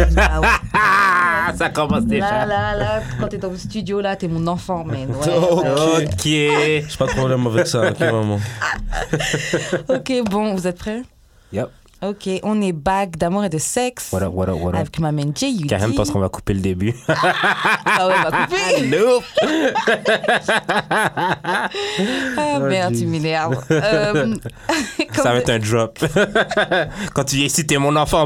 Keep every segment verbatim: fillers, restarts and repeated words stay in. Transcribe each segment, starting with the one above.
Ah ouais. Ça commence déjà. Là, là, là, quand t'es dans le studio, là, t'es mon enfant, man. Ouais, Ok. ouais. Ok. J'ai pas de problème avec ça, ok, maman. Ok, bon, vous êtes prêts? Yep. Ok, on est back d'amour et de sexe. What up, what up, what up? Avec ma main J U D. Karen pense qu'on va couper le début. Ah ouais, on va couper. Nope. Ah merde, tu m'énerves. Euh, Ça va être un drop. Quand tu viens ici, t'es mon enfant.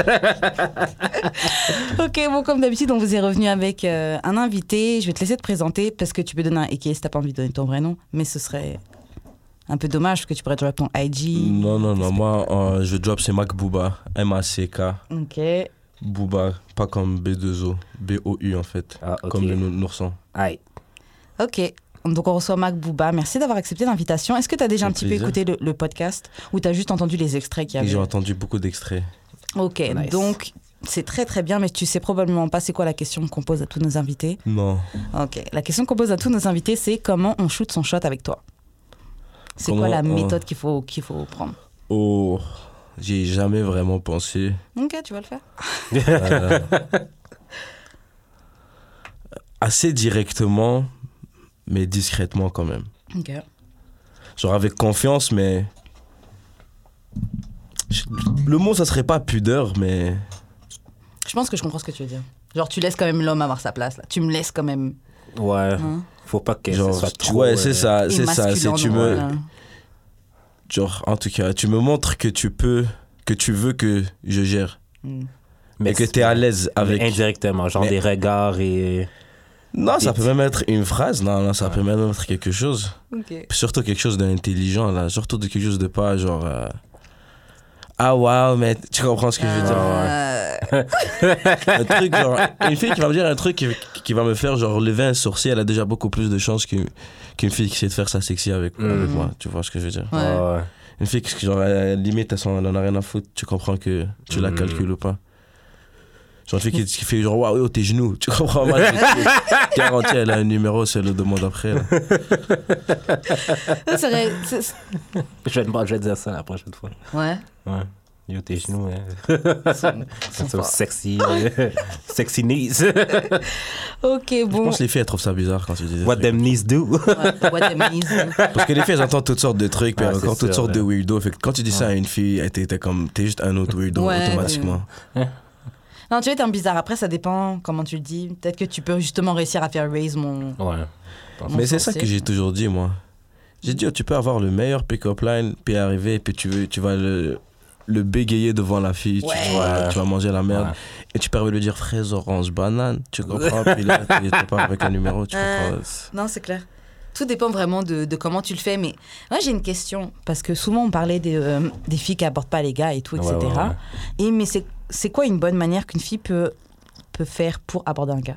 Ok, bon, comme d'habitude, on vous est revenu avec euh, un invité. Je vais te laisser te présenter parce que tu peux donner un A K A si t'as pas envie de donner ton vrai nom, mais ce serait un peu dommage parce que tu pourrais drop ton I G. Non, non, non, moi, euh, je drop, c'est Mac Bouba, M A C K. Ok. Bouba, pas comme B deux O, B O U en fait, Ah, ok. comme le nou- nourson. Aïe. Ok. Donc, on reçoit Mac Bouba. Merci d'avoir accepté l'invitation. Est-ce que tu as déjà un Avec petit peu plaisir. écouté le, le podcast ou tu as juste entendu les extraits qu'il y Et avait? j'ai entendu beaucoup d'extraits. Ok. Nice. Donc, c'est très, très bien, mais tu sais probablement pas c'est quoi la question qu'on pose à tous nos invités. Non. Ok. La question qu'on pose à tous nos invités, c'est comment on shoot son shot avec toi? C'est quoi Comment la on- méthode qu'il faut, qu'il faut prendre? Oh, j'y ai jamais vraiment pensé. Ok, tu vas le faire. Euh, assez directement, mais discrètement quand même. Ok. Genre avec confiance, mais... Je- Le mot, ça serait pas pudeur, mais... Je pense que je comprends ce que tu veux dire. Genre, tu laisses quand même l'homme avoir sa place, là. Tu me laisses quand même... Ouais. Hein? Faut pas que Genre, ce soit tu- trop... ouais, c'est euh, ça, c'est ça. C'est émasculant, tu non, me... voilà. Genre, en tout cas, tu me montres que tu peux, que tu veux que je gère. Mm. Et que tu es à l'aise avec... Mais indirectement, genre Mais- des regards et... Non, ça Et peut tu- même être une phrase. Non, non, ça Ouais. peut même être quelque chose. Ok. Puis surtout quelque chose d'intelligent, là. Surtout de quelque chose de pas, genre... euh, Ah, waouh, mais tu comprends ce que je veux dire. Euh, Un truc, genre... Une fille qui va me dire un truc qui, qui va me faire, genre, lever un sourcil, elle a déjà beaucoup plus de chances qu'une qu'une fille qui sait de faire ça sexy avec, Mhm. avec moi. Tu vois ce que je veux dire. Ouais. Ouais. Une fille qui, genre, elle, limite, elle, s'en- elle en a rien à foutre. Tu comprends que tu la Mhm. calcules ou pas. Genre, une fille qui, qui fait genre, waouh, yo, tes genoux. Tu comprends? Moi, je garantis, elle a un numéro, c'est le demande après. Là. Ça serait... c'est- Je vais, te- je vais te dire ça la prochaine fois. Ouais. Ouais. Yo, tes genoux, hein. Sont- C'est sont so forts. sexy. euh, sexy knees. Ok, Je bon. pense que les filles, elles trouvent ça bizarre quand tu dis des What trucs. them knees do. Ouais, what them knees. Parce que les filles, elles entendent toutes sortes de trucs, puis Ouais, elles c'est entendent toutes sûr, sortes de ouais. weirdo. Fait que quand tu dis ça à une fille, elle t'es t'es comme, t'es juste un autre weirdo Ouais, automatiquement. Non, tu es un bizarre. Après, ça dépend comment tu le dis. Peut-être que tu peux justement réussir à faire raise mon... Ouais. mon Mais c'est ça français. que j'ai toujours dit, moi. J'ai dit, oh, tu peux avoir le meilleur pick-up line, puis arriver, puis tu, veux, tu vas le, le bégayer devant la fille, tu, Ouais. tu vas, tu vas manger la merde, Ouais. et tu peux arriver lui dire fraise, orange, banane, tu comprends, puis là, tu t'es pas avec un numéro, tu Ouais. comprends. Non, c'est clair. Tout dépend vraiment de, de comment tu le fais. Mais moi, j'ai une question. Parce que souvent, on parlait des, euh, des filles qui abordent pas les gars et tout, et cetera. Ouais, ouais, ouais. Et, mais c'est, c'est quoi une bonne manière qu'une fille peut, peut faire pour aborder un gars?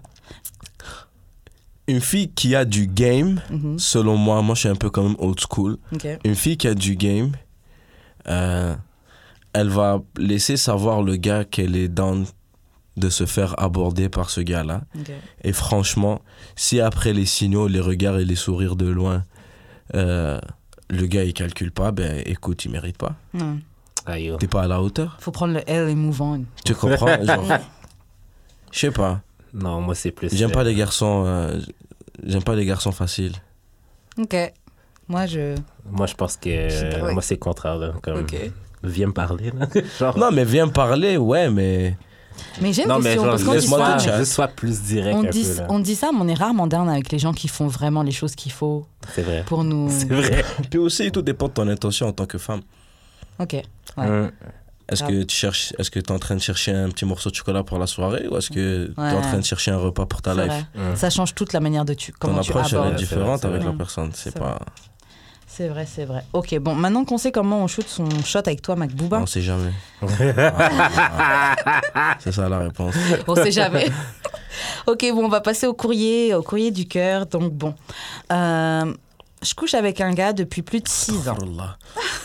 Une fille qui a du game, Mhm. selon moi, moi je suis un peu quand même old school, Ok. une fille qui a du game, euh, elle va laisser savoir le gars qu'elle est down de se faire aborder par ce gars-là. Ok. Et franchement, si après les signaux, les regards et les sourires de loin, euh, le gars il calcule pas, ben écoute, il mérite pas. Hmm. Aïe, yo. T'es pas à la hauteur. Faut prendre le L et move on. Tu comprends? Genre, je sais pas. Non, moi, c'est plus... J'aime euh, pas les garçons. euh, J'aime pas les garçons faciles. Ok. Moi, je... Moi, je pense que... euh, Ouais. Moi, c'est le contraire, là. Comme... Ok. Viens me parler, là. Genre... Non, mais viens me parler, ouais, mais. Mais j'ai une Non, mais question. genre, Parce qu'on dit, laisse-moi ça, te chat. Juste sois plus direct on, un dit, peu, là. on dit ça, mais on est rarement down avec les gens qui font vraiment les choses qu'il faut C'est vrai. pour nous... C'est vrai. Puis aussi, tout dépend de ton intention en tant que femme. Ok. Ouais. Hum. Est-ce Grave. que tu cherches, est-ce que tu es en train de chercher un petit morceau de chocolat pour la soirée ou est-ce que tu es en Ouais. train de chercher un repas pour ta C'est life? vrai. Hum. Ça change toute la manière de tu, Ton comment tu approche elle abordes. est Ouais, c'est différente vrai, c'est avec la vrai. personne. C'est C'est pas. C'est vrai, c'est vrai. Ok, bon, maintenant qu'on sait comment on shoot son shot avec toi, Mac Bouba, On sait jamais. Ah, c'est ça la réponse. on sait jamais. Ok, bon, on va passer au courrier, au courrier du cœur. Donc, bon. Euh, je couche avec un gars depuis plus de six ans. Allah.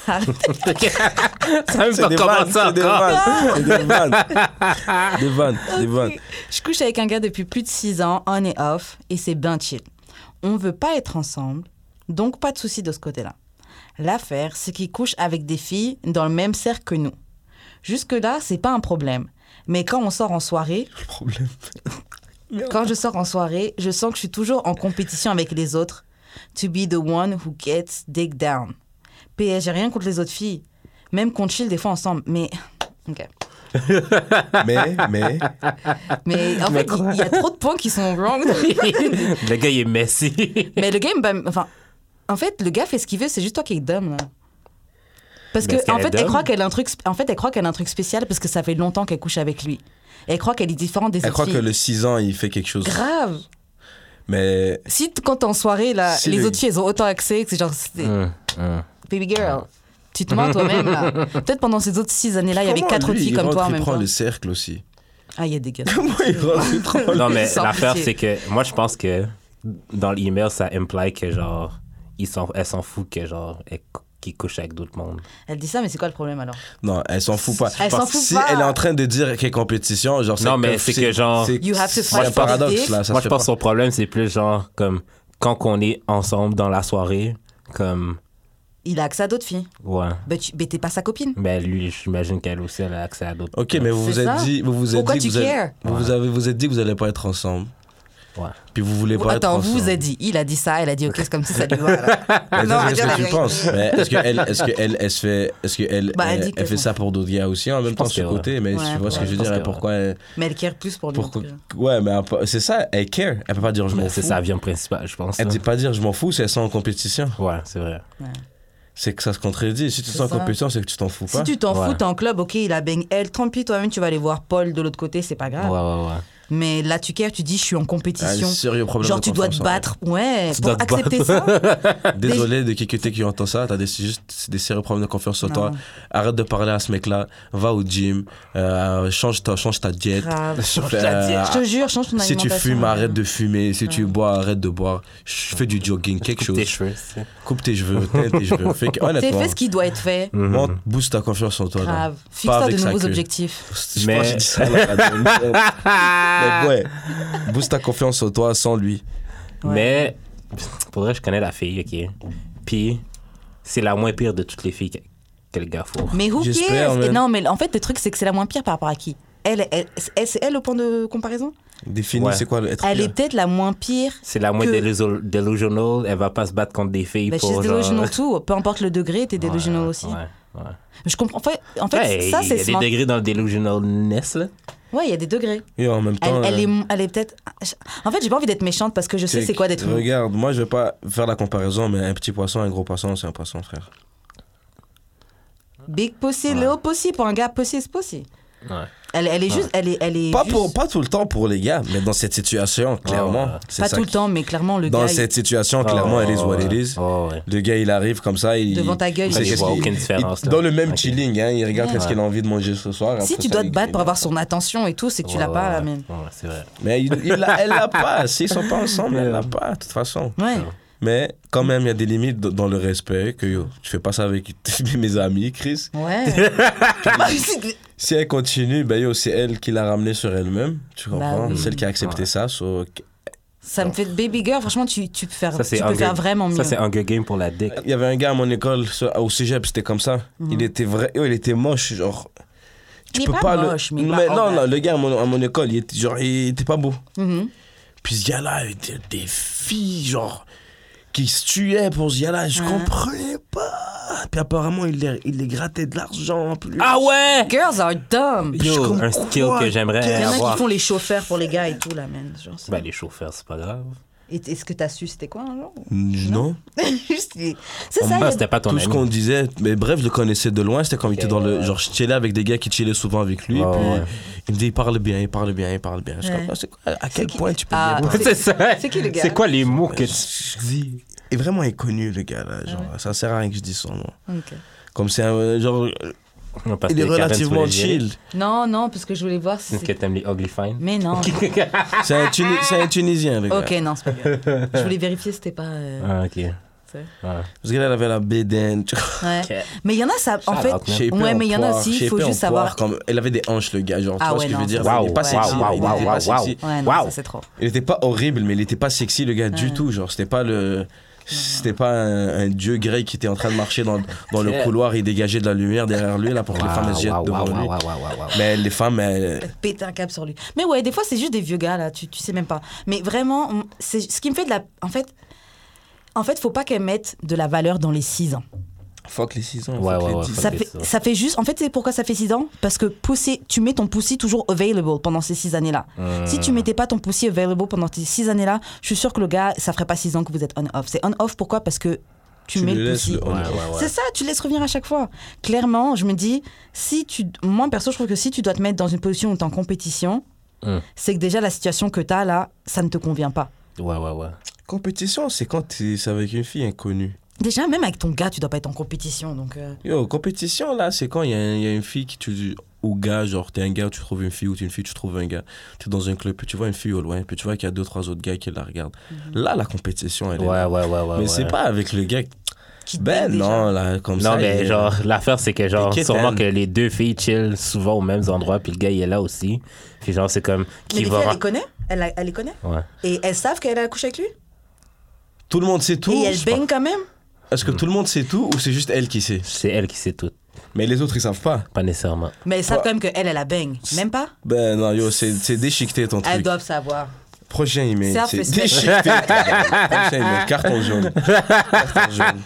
Ça même C'est pas des commencé vannes, c'est des encore. vannes, c'est des vannes. Des vannes, des vannes. Ok. Je couche avec un gars depuis plus de six ans, on et off, et c'est bien chill. On veut pas être ensemble, donc pas de souci de ce côté-là. L'affaire, c'est qu'il couche avec des filles dans le même cercle que nous. Jusque-là, c'est pas un problème. Mais quand on sort en soirée, Le problème. quand je sors en soirée, je sens que je suis toujours en compétition avec les autres. To be the one who gets dig down. P S, j'ai rien contre les autres filles. Même qu'on chill des fois ensemble. Mais. Ok. mais, mais. Mais en fait, il y a trop de points qui sont wrong. Le gars, il est messy. Mais le gars, bah, enfin. En fait, le gars fait ce qu'il veut, c'est juste toi qui es dumb, là. Parce Mais est-ce que, en qu'elle est fait, elle dumb? croit qu'elle a un truc. En fait, elle croit qu'elle a un truc spécial parce que ça fait longtemps qu'elle couche avec lui. Et elle croit qu'elle est différente des Elle autres croit filles. que le six ans, il fait quelque chose. Grave. Mais. Si t- quand t'es en soirée, là, Si les le- autres filles, elles ont autant accès que c'est genre. c'est- Hum, hum. Baby girl, tu te mens toi-même, là. Peut-être pendant ces autres six années-là, il y avait Comment quatre lui, filles il comme rentre, toi en il même prend temps. le cercle aussi. Ah, il y a des gars. Comment il rentre, il prend Non, mais Sans l'affaire, pitié. c'est que moi, je pense que dans l'email, ça implie que, genre, ils s'en, elle s'en fout que, genre, elle cou- qu'il couche avec d'autres mondes. Elle dit ça, mais c'est quoi le problème alors? Non, elle s'en fout pas. Elle s'en fout si pas. elle est en train de dire qu'il y a compétition, genre Non, mais c'est que genre- You have to c'est fight un for paradoxe this. là. Ça Moi, se je fait pense que son problème, c'est plus, genre, comme, quand on est ensemble dans la soirée, comme, Il a accès à d'autres filles. ouais. Ben, tu... ben, t'es pas sa copine. Ben, lui, j'imagine qu'elle aussi, elle a accès à d'autres. Ok, mais vous vous C'est êtes ça. dit, vous vous êtes Pourquoi dit, tu que vous, cares? êtes, vous, vous avez, vous êtes dit que vous allez pas être ensemble. Ouais. Puis vous voulez pas Attends, être vous ensemble. vous êtes dit. Il a dit ça, elle a dit ok, c'est comme si ça lui va. là. Mais Non, on va qu'est-ce dire la que tu vérité. penses? Mais est-ce qu'elle, est-ce que elle, elle se fait, est-ce que elle, Bah, elle elle, dit que elle fait non. ça pour d'autres gars aussi en même temps pense de ce que ouais. côté? Mais Ouais, tu vois ce que ouais, je veux je dire? pense Et que pourquoi elle, Mais elle care plus pour lui. pourquoi, non plus. ouais, mais elle- c'est ça, elle care. Elle peut pas dire je m'en Mais fous. c'est sa viande principale, je pense. Elle là. dit pas dire je m'en fous si elles sont en compétition. Ouais, c'est vrai. C'est que ça se contredit. Si tu C'est es en ça. compétition, c'est que tu t'en fous Si pas. tu t'en Ouais. fous, t'es en club, ok, il a bang elle. Tant pis, toi-même, tu vas aller voir Paul de l'autre côté, c'est pas Ouais, grave. ouais, ouais. Mais là, tu cares, tu dis, je suis en Un compétition. sérieux problème Genre, de tu dois te confiance en battre. Ouais, Tu pour dois te accepter ça. elle. Désolé de quelqu'un qui entend ça. T'as des, c'est juste des sérieux problèmes de confiance en Non. toi. Arrête de parler à ce mec-là. Va au gym. euh, change, ta, change ta diète. Grave. Change Euh, ta diète. Je te jure, change ton Si tu alimentation. fumes, arrête de fumer. Si tu bois, arrête de boire. Fais du jogging, quelque Coupe tes chose. cheveux, c'est- Coupe tes cheveux, teinte tes cheveux. Fais que- T'es honnêtement, fait ce qui doit être fait. monte, booste ta confiance en toi. là. Grave. Pas Fixe-toi de avec sa nouveaux queue. objectifs. Je Mais- pense que j'ai dit ça à la radio. Mais ouais, booste ta confiance en toi sans lui. Ouais. Mais, pour vrai, je connais la fille, ok. Puis, c'est la moins pire de toutes les filles que, que le gars fourre. Mais who J'espère, cares? man. Et non, mais en fait, le truc, c'est que c'est la moins pire par rapport à qui? Elle, elle, elle- c'est elle le point de comparaison? Définis, Ouais. c'est quoi le être Elle pire. est peut-être la moins pire. C'est la moins Que- déluso- delusional, elle va pas se battre contre des filles Bah, she's pour genre... delusional too. Peu importe le degré, t'es delusional Ouais, aussi. Ouais, ouais. Je comprends. En fait, en fait Ouais, ça, il y c'est a des smart. degrés dans le delusionalness, là. Ouais, il y a des degrés. Et en même Elle, temps, elle euh, est, elle est peut-être. En fait, j'ai pas envie d'être méchante parce que je sais check. c'est quoi d'être. Regarde, moi je vais pas faire la comparaison, mais un petit poisson, un gros poisson, c'est un poisson, frère. Big pussy, Ouais. little pussy. Pour un gars, pussy is pussy. Ouais. Elle, elle est juste. Elle est, elle est Pas, juste- pour, pas tout le temps pour les gars, mais dans cette situation, clairement. ouais. c'est Pas ça tout le qui- temps, mais clairement, le Dans gars. cette situation, clairement, Oh, elle is what ouais. it is. Oh, ouais. Le gars, il arrive comme ça. Il, Devant ta gueule, il il sait voit qu'est-ce qu'il- aucune différence, il- là. Dans le même Ok. chilling, hein, il regarde Ouais. qu'est-ce qu'il a envie de manger ce soir. il- si après tu ça, dois te il- battre il- pour avoir son attention et tout, c'est que tu Ouais, l'as pas, ouais, la mienne. ouais, c'est vrai. Mais il, il l'a- elle l'a pas. S'ils sont pas ensemble, elle l'a pas, de toute façon. Ouais. Mais quand même, il y a des limites d- dans le respect. Que yo, tu fais pas ça avec mes amis, Chris. Ouais. Si elle continue, ben yo, c'est elle qui l'a ramené sur elle-même. Tu comprends? oui. Celle qui a accepté Ouais. ça. so- Ça me fait baby girl. Franchement, tu, tu peux faire, Ça, c'est tu peux Hunger- faire vraiment mieux. Ça, c'est Hunger Game pour la dick. Il y avait un gars à mon école, ça, au cégep, c'était comme ça. Mhm. Il était vrai, yo, il était moche, genre. Tu Il est peux pas pas, moche, le. mais non, pas mais non, horrible. non, le gars à mon, à mon école, il était, genre, il était pas beau. Mhm. Puis ce gars-là, il était des filles, genre, qui se tuaient pour ce gars-là. Je Ouais. comprenais pas. Puis apparemment, il les, il les grattait de l'argent en plus. Ah ouais! Girls are dumb. Je Yo, comprends un skill quoi. que j'aimerais Il y en a avoir. qui font les chauffeurs pour les gars et tout, là, man. Genre, ça. Ben, les chauffeurs, c'est pas grave. Et est-ce que t'as su c'était quoi, un genre? Non. Juste, c'est ça. il y Ah, a- c'était pas ton Tout ami. ce qu'on disait, mais bref, je le connaissais de loin. C'était quand il était Ok, dans le. ouais. Genre, je chillais avec des gars qui chillaient souvent avec lui. Ouais, puis ouais. il me dit, il parle bien, il parle bien, il parle bien. Je Ouais. comprends, c'est quoi, à quel qui- point tu peux Ah, bien parler. C'est ça. C'est qui, le gars? C'est quoi les mots que tu Je- dis? Il est vraiment inconnu, le gars, là. Genre, Ah ça sert à rien que je dise son nom. Ok. Comme c'est un. Genre, Non, parce il est que Karen, tu relativement voulais gérer. chill. Non, non, parce que je voulais voir si Est-ce que c'est... t'aimes les ugly fine? Mais non. C'est un, Tuni- c'est un Tunisien, le gars. Ok, non, c'est pas grave. Je voulais vérifier si c'était pas... euh, Ah, ok. tu sais. Ouais. Parce qu'il avait la bédaine. tu vois. Ouais. Ok. Mais il y en a, ça... En Shout fait... out, man. Shapé Ouais, en mais il y en a poire, aussi, il shapé faut en juste savoir- poire, Comme... Elle avait des hanches, le gars. Genre, tu Ah vois ouais, ce que je non, veux dire? ça, Il est c'est- pas ouais, sexy. ouais, il ouais, était ouais, pas sexy. Ouais, non, Wow. ça, c'est trop. Il était pas horrible, mais il était pas sexy, le gars, du Ouais. tout. Genre, c'était pas le. C'était pas un, un dieu grec qui était en train de marcher dans, dans le couloir et dégager de la lumière derrière lui là pour que Wow, les femmes elles se jettent wow, devant wow, lui. wow, wow, wow, wow. Mais les femmes, elles... Péter un câble sur lui. Mais ouais, des fois, c'est juste des vieux gars, là, tu, tu sais même pas. Mais vraiment, on- c'est ce qui me fait de la... En fait, en fait, faut pas qu'elles mettent de la valeur dans les six ans. Fuck les six ans. Ouais, fuck ouais, les ouais, dix. fuck Ça les fait, six ans. ça fait juste... En fait, c'est pourquoi ça fait six ans? Parce que pussy, tu mets ton pussy toujours available pendant ces six années-là. Mmh. Si tu mettais pas ton pussy available pendant ces six années-là, je suis sûre que le gars, ça ferait pas six ans que vous êtes on-off. C'est on-off, pourquoi? Parce que tu, Tu mets le le laisses pussy. le on. Ouais, ouais, ouais. C'est ça, tu laisses revenir à chaque fois. Clairement, je me dis, si tu... Moi, perso, je trouve que si tu dois te mettre dans une position où tu es en compétition, Mm. c'est que déjà la situation que tu as là, ça ne te convient pas. Ouais, ouais, ouais. Compétition, c'est quand t'es- c'est avec une fille inconnue. Déjà, même avec ton gars, tu dois pas être en compétition. Donc, euh, Yo, compétition, là, c'est quand il y, a un- il y a une fille qui tu ou gars, genre t'es un gars, tu trouves une fille, ou t'es une fille, tu trouves un gars. Tu es dans un club, puis tu vois une fille au loin, puis tu vois qu'il y a deux, trois autres gars qui la regardent. Là, la compétition, elle est Ouais, là. ouais, ouais, ouais. Mais ouais. c'est pas avec le gars. qui te Ben baigne déjà. non, là, comme ça. Non, mais il est- genre, l'affaire, c'est que genre, T'es sûrement quétaine. que les deux filles chillent souvent aux mêmes endroits, puis le gars, il est là aussi. Puis genre, c'est comme, Mais qui les va... filles, elle ren- les connaît elle, la- elle les connaît Ouais. Et elles savent qu'elle a couché avec lui Tout le monde sait tout. Et elle je baigne quand même pense. Est-ce que tout le monde sait tout ou c'est juste elle qui sait? C'est elle qui sait tout, Mais les autres, ils savent pas. pas nécessairement. Mais elles savent Ouais. quand même qu'elle, elle a baigne. Même pas Ben non, yo, c'est c'est déchiqueté ton Elles truc. doivent savoir. Prochain email, Ça c'est fait ça. déchiqueté. Prochain email, carton jaune. Carton jaune.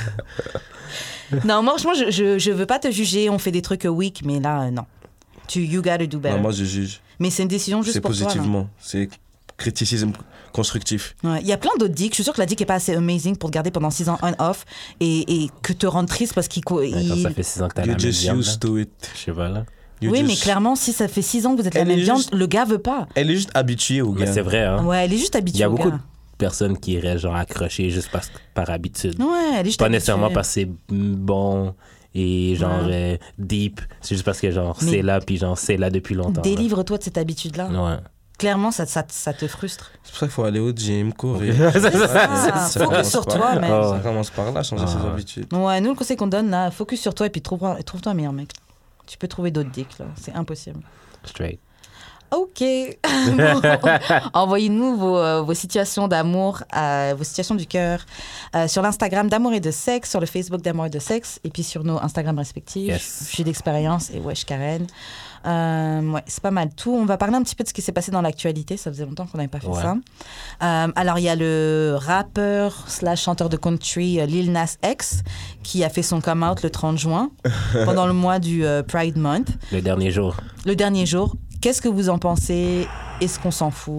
Non, moi, franchement, je, je, je veux pas te juger. On fait des trucs weak, mais là, euh, non. Tu, you gotta do better. Non, moi, je juge. Mais c'est une décision juste C'est pour toi. là. positivement. C'est criticisme constructif. Ouais, il y a plein d'autres dicks. Je suis sûre que la dick est pas assez amazing pour te garder pendant six ans on-off et, et que te rendre triste parce qu'il. co- Ouais, quand il- ça fait six ans que t'as la You même just viande, là. used to it. Je sais pas, là. You Oui, mais just- clairement, si ça fait six ans que vous êtes la Elle même est viande, juste- le gars veut pas. Elle est juste habituée au Mais gars. c'est vrai, hein. Ouais, elle est juste habituée. Il y a au beaucoup gars. de personnes qui iraient genre accrocher juste parce, par habitude. Ouais, elle est juste Pas habituée. nécessairement parce que c'est bon et genre Ouais. euh, deep. C'est juste parce que genre Mais- c'est là, puis genre c'est là depuis longtemps. là. Délivre-toi de cette habitude-là. Ouais. Clairement, ça, ça, ça te frustre. C'est pour ça qu'il faut aller au gym, courir. Ah, Ça focus commence sur par toi, là. mec. Oh. Ça commence par là, changer Ah. ses habitudes. Ouais, nous, le conseil qu'on donne, là, focus sur toi et puis trouve- trouve-toi un meilleur mec. Tu peux trouver d'autres dicks, là. C'est impossible. Straight. Ok. Bon, envoyez-nous vos, euh, vos situations d'amour, euh, vos situations du cœur euh, sur l'Instagram d'Amour et de Sexe, sur le Facebook d'Amour et de Sexe, et puis sur nos Instagram respectifs. Yes. Je suis d'expérience et wesh Karen. Euh, ouais, c'est pas mal tout. On va parler un petit peu de ce qui s'est passé dans l'actualité. Ça faisait longtemps qu'on n'avait pas fait Ouais. ça. Euh, alors, il y a le rappeur slash chanteur de country euh, Lil Nas X qui a fait son come out le trente juin pendant le mois du euh, Pride Month. Le dernier jour. Le dernier jour. Qu'est-ce que vous en pensez? Est-ce qu'on s'en fout?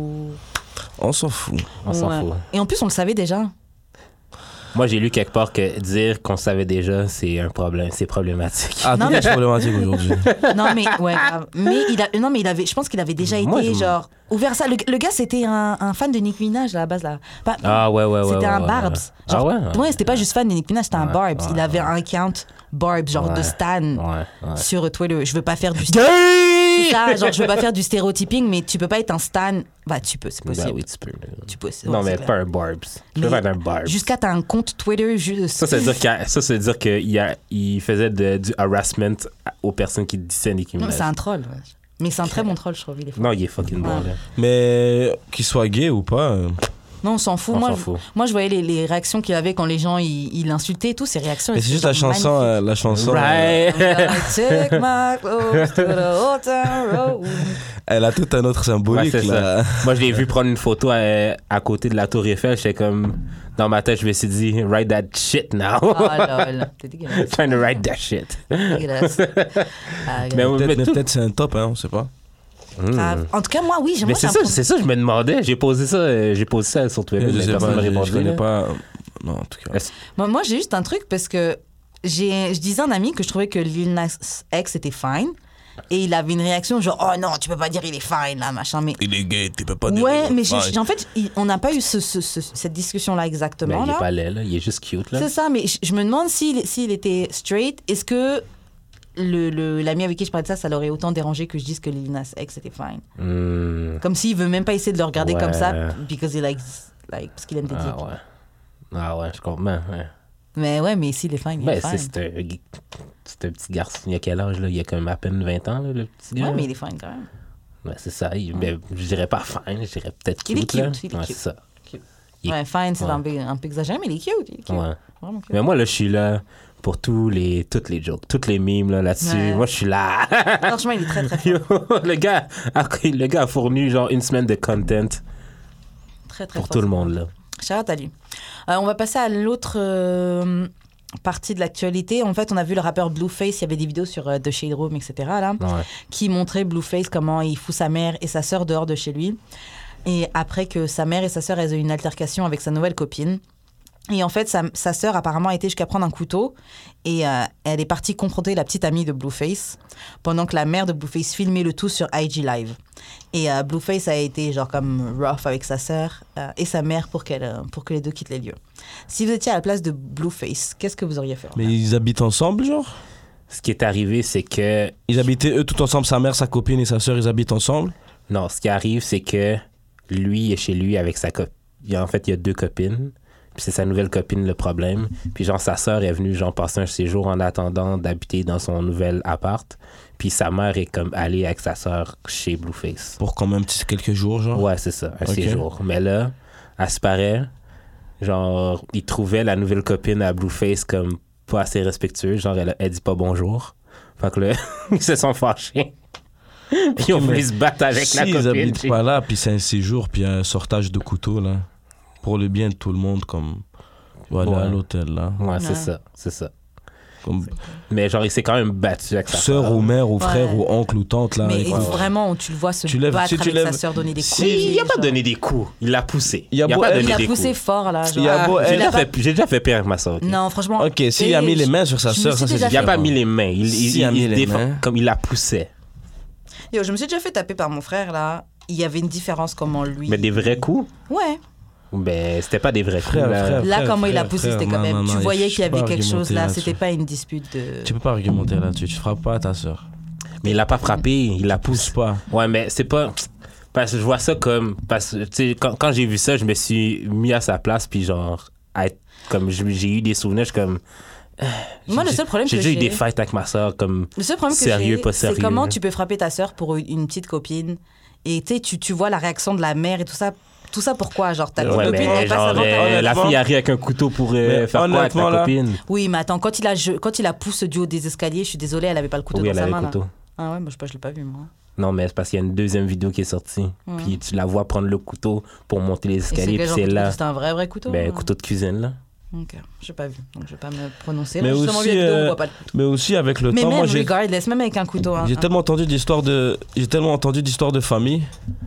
On s'en fout. On s'en Ouais. fout. Et en plus, on le savait déjà. Moi, j'ai lu quelque part que dire qu'on savait déjà, c'est un problème, c'est problématique. Ah, Non, tout mais- est problématique aujourd'hui. Non, mais ouais, grave. Mais il a, non, mais il avait, je pense qu'il avait déjà Moi, été je- genre ouvert à ça. Le, le gars, c'était un, un fan de Nicki Minaj à la base là. Pas- Ah ouais, ouais, ouais. c'était ouais, un ouais, Barbs. ouais. Genre, Ah ouais? ouais, c'était pas juste fan de Nicki Minaj, c'était un Ouais, Barbs. ouais, il avait ouais. un account Barbs, genre de Ouais. Stan Ouais, ouais. sur Twitter. Je veux pas faire du C'est ça, genre je veux pas faire du stéréotyping, mais tu peux pas être un Stan. Bah, tu peux, c'est possible. Ben oui, tu peux. Tu peux, c'est- Non, ouais, mais c'est pas clair. un Barbs. Tu Mais peux faire un Barbs. Jusqu'à t'as un compte Twitter juste. Ça, ça veut dire qu'il ça, ça veut dire qu'il a- il faisait de- du harassment aux personnes qui disaient Nicki Non, mais Minaj. c'est un troll. ouais. Mais c'est un très bon troll, je trouve. Il est fort. Non, il est fucking bon, Ouais. là. Mais qu'il soit gay ou pas, euh, Non, on s'en fout. On moi, s'en je, fout. moi, je voyais les, les réactions qu'il avait quand les gens ils il l'insultaient et tout. Ces réactions. mais elles c'est juste étaient la chanson, magnifiques. euh, la chanson. euh, Right. I'm gonna take my clothes to the old town road. Elle a tout un autre symbolique Ouais, c'est là. Moi, je l'ai vu prendre une photo à, à côté de la Tour Eiffel. J'étais comme, dans ma tête, je me suis dit, write that shit now. Oh lol, t'es dégueulasse. Trying to write that shit. dégueulasse. Ah, Mais, Peut-être, mais mais tout- peut-être c'est un top, hein, on sait pas. Hmm. ah, en tout cas, moi, oui, Mais j'aimerais c'est ça, c'est ça, je me demandais. J'ai posé ça, euh, j'ai posé ça sur Twitter. Je mais sais personne pas, m'a je, répondu. je connais là. pas. Non, en tout cas. Est-ce- Moi, moi, j'ai juste un truc parce que j'ai, je disais à un ami que je trouvais que Lil Nas X était fine. Et il avait une réaction genre, oh non, tu peux pas dire il est fine là, machin. Mais Il est gay, tu peux pas dire. ouais, mais j'ai- Ouais. j'ai- en fait, il- on n'a pas eu ce, ce- ce- cette discussion-là Ben, exactement. il là. est pas laid, là. Il est juste cute, là. C'est ça, mais je, je me demande s'il s'il était straight, est-ce que le, le- l'ami avec qui je parlais de ça, ça l'aurait autant dérangé que je dise que Lil Nas X était fine. Hmm. Comme s'il veut même pas essayer de le regarder Ouais. comme ça, because he likes, like, parce qu'il aime tes Ah dicks. ouais. Ah ouais, je comprends. Ouais. Mais ouais, mais s'il est fine, il Ben, est c'est, fine. c'est, un, c'est un petit garçon. Il a quel âge, là? Il a comme à peine vingt ans, là, le petit gars. Ouais, mais il est fine quand même. Ouais, c'est ça. Il, ben, je dirais pas fine, je dirais peut-être Il est cute, là. cute, il est Ouais, cute. c'est ça. Cute. Il est- Ouais, fine, c'est ouais. un, peu, un peu exagéré, mais il est cute. Il est cute. Ouais. Vraiment cute. Mais moi, là, je suis là pour tous les, toutes les jokes, toutes les mimes là, là-dessus. Ouais. Moi, je suis là. Franchement, il est très, très fort. Yo, le, gars a, le gars a fourni genre une semaine de content Très, très pour fort, tout le c'est monde. Là. Shout-out à lui. Euh, on va passer à l'autre euh, partie de l'actualité. En fait, on a vu le rappeur Blueface. Il y avait des vidéos sur euh, The Shade Room, et cetera, là, Ouais. qui montraient Blueface comment il fout sa mère et sa sœur dehors de chez lui. Et après que sa mère et sa sœur aient eu une altercation avec sa nouvelle copine. Et en fait, sa, sa sœur apparemment a été jusqu'à prendre un couteau et euh, elle est partie confronter la petite amie de Blueface pendant que la mère de Blueface filmait le tout sur I G Live. Et euh, Blueface a été genre comme rough avec sa sœur euh, et sa mère pour, qu'elle, euh, pour que les deux quittent les lieux. Si vous étiez à la place de Blueface, qu'est-ce que vous auriez fait? Mais ils habitent ensemble, genre? Ce qui est arrivé, c'est que. Ils habitaient eux tout ensemble, sa mère, sa copine et sa sœur, ils habitent ensemble? Non, ce qui arrive, c'est que lui est chez lui avec sa copine. En fait, il y a deux copines. Puis c'est sa nouvelle copine le problème. Puis genre, sa sœur est venue genre passer un séjour en attendant d'habiter dans son nouvel appart. Puis sa mère est comme allée avec sa sœur chez Blueface. Pour quand même petit- quelques jours, genre? Ouais, c'est ça, un Ok. séjour. Mais là, elle se paraît, genre, il trouvait la nouvelle copine à Blueface comme pas assez respectueuse. Genre, elle, elle dit pas bonjour. Fait que là, ils se sont fâchés. Puis ils ont voulu se battre avec si la ils copine. habitent pas là, puis c'est un séjour, puis un sortage de couteau, là. Pour le bien de tout le monde, comme... Voilà, Ouais. à l'hôtel, là. Ouais, c'est Ouais. ça, c'est ça. Comme Mais genre, il s'est quand même battu avec sa sœur ou mère ou frère Ouais. ou oncle ou tante, là. Mais écoute. vraiment, tu le vois se Tu lèves- battre si tu avec lèves- sa sœur, donner des coups. Si- Il a pas genre. donné des coups, il l'a poussé. Il a beau pas être- donné Il a des poussé coups. fort, là. Il y a genre. beau Ah, être- j'ai, Il a déjà pas- fait, j'ai déjà fait pire avec ma soeur. Non, franchement. Ok, s'il a mis les mains sur sa Je me sœur, suis ça c'est déjà Il a fait- pas mis les mains, il, il, S'il il, a mis il les défend- mains. comme il la poussait. Yo, je me suis déjà fait taper par mon frère, là. Il y avait une différence comment lui... Mais des vrais coups, Ouais. ben c'était pas des vrais Frère, coups. Là. frère. Là, comment il a frère, poussé, frère, c'était quand non, même... non, tu non, voyais je qu'il y peux avait pas quelque chose argumenter là. là-dessus. C'était pas une dispute de... Tu peux pas argumenter là-dessus, tu frappes pas à ta sœur. Mais il l'a pas frappé, il la Pousse pousse. pas. Ouais, mais c'est pas. Parce que je vois ça comme. Parce que, tu sais, quand, quand j'ai vu ça, je me suis mis à sa place, puis genre, à être- comme je- j'ai eu des souvenirs, je suis comme. Moi, le J'ai- seul problème J'ai que déjà eu j'ai... des fights avec ma soeur, comme. Le seul problème que Sérieux, j'ai, pas c'est sérieux, comment là. tu peux frapper ta sœur pour une une petite copine. Et tu sais, tu tu vois la réaction de la mère et tout ça. Tout ça pourquoi? Genre, ta petite Ouais, copine, mais elle passe genre, avant ta euh, mère. la Honnêtement- fille arrive avec un couteau pour euh, Mais faire quoi avec honnêtement, ta là- copine? Oui, mais attends, quand il a, je- quand il a poussé du haut des escaliers, je suis désolée, elle avait pas le couteau Oui, dans elle sa avait main. le là. couteau. Ah ouais, moi, je sais pas, je l'ai pas vu, moi. Non, mais c'est parce qu'il y a une deuxième vidéo qui est sortie. Ouais. Puis tu la vois prendre le couteau pour monter les Et c'est escaliers, quel puis genre c'est de couteau? là. C'était un vrai, vrai couteau? Ben, hein? couteau de cuisine, là. Ok, j'ai pas vu, donc je vais pas me prononcer. Mais Mais justement, aussi, vu la vidéo, on euh, voit pas le couteau. Mais aussi avec le Mais temps, même, moi j'ai regardless, même avec un couteau. hein, j'ai hein. tellement entendu d'histoires de j'ai tellement entendu d'histoires de famille.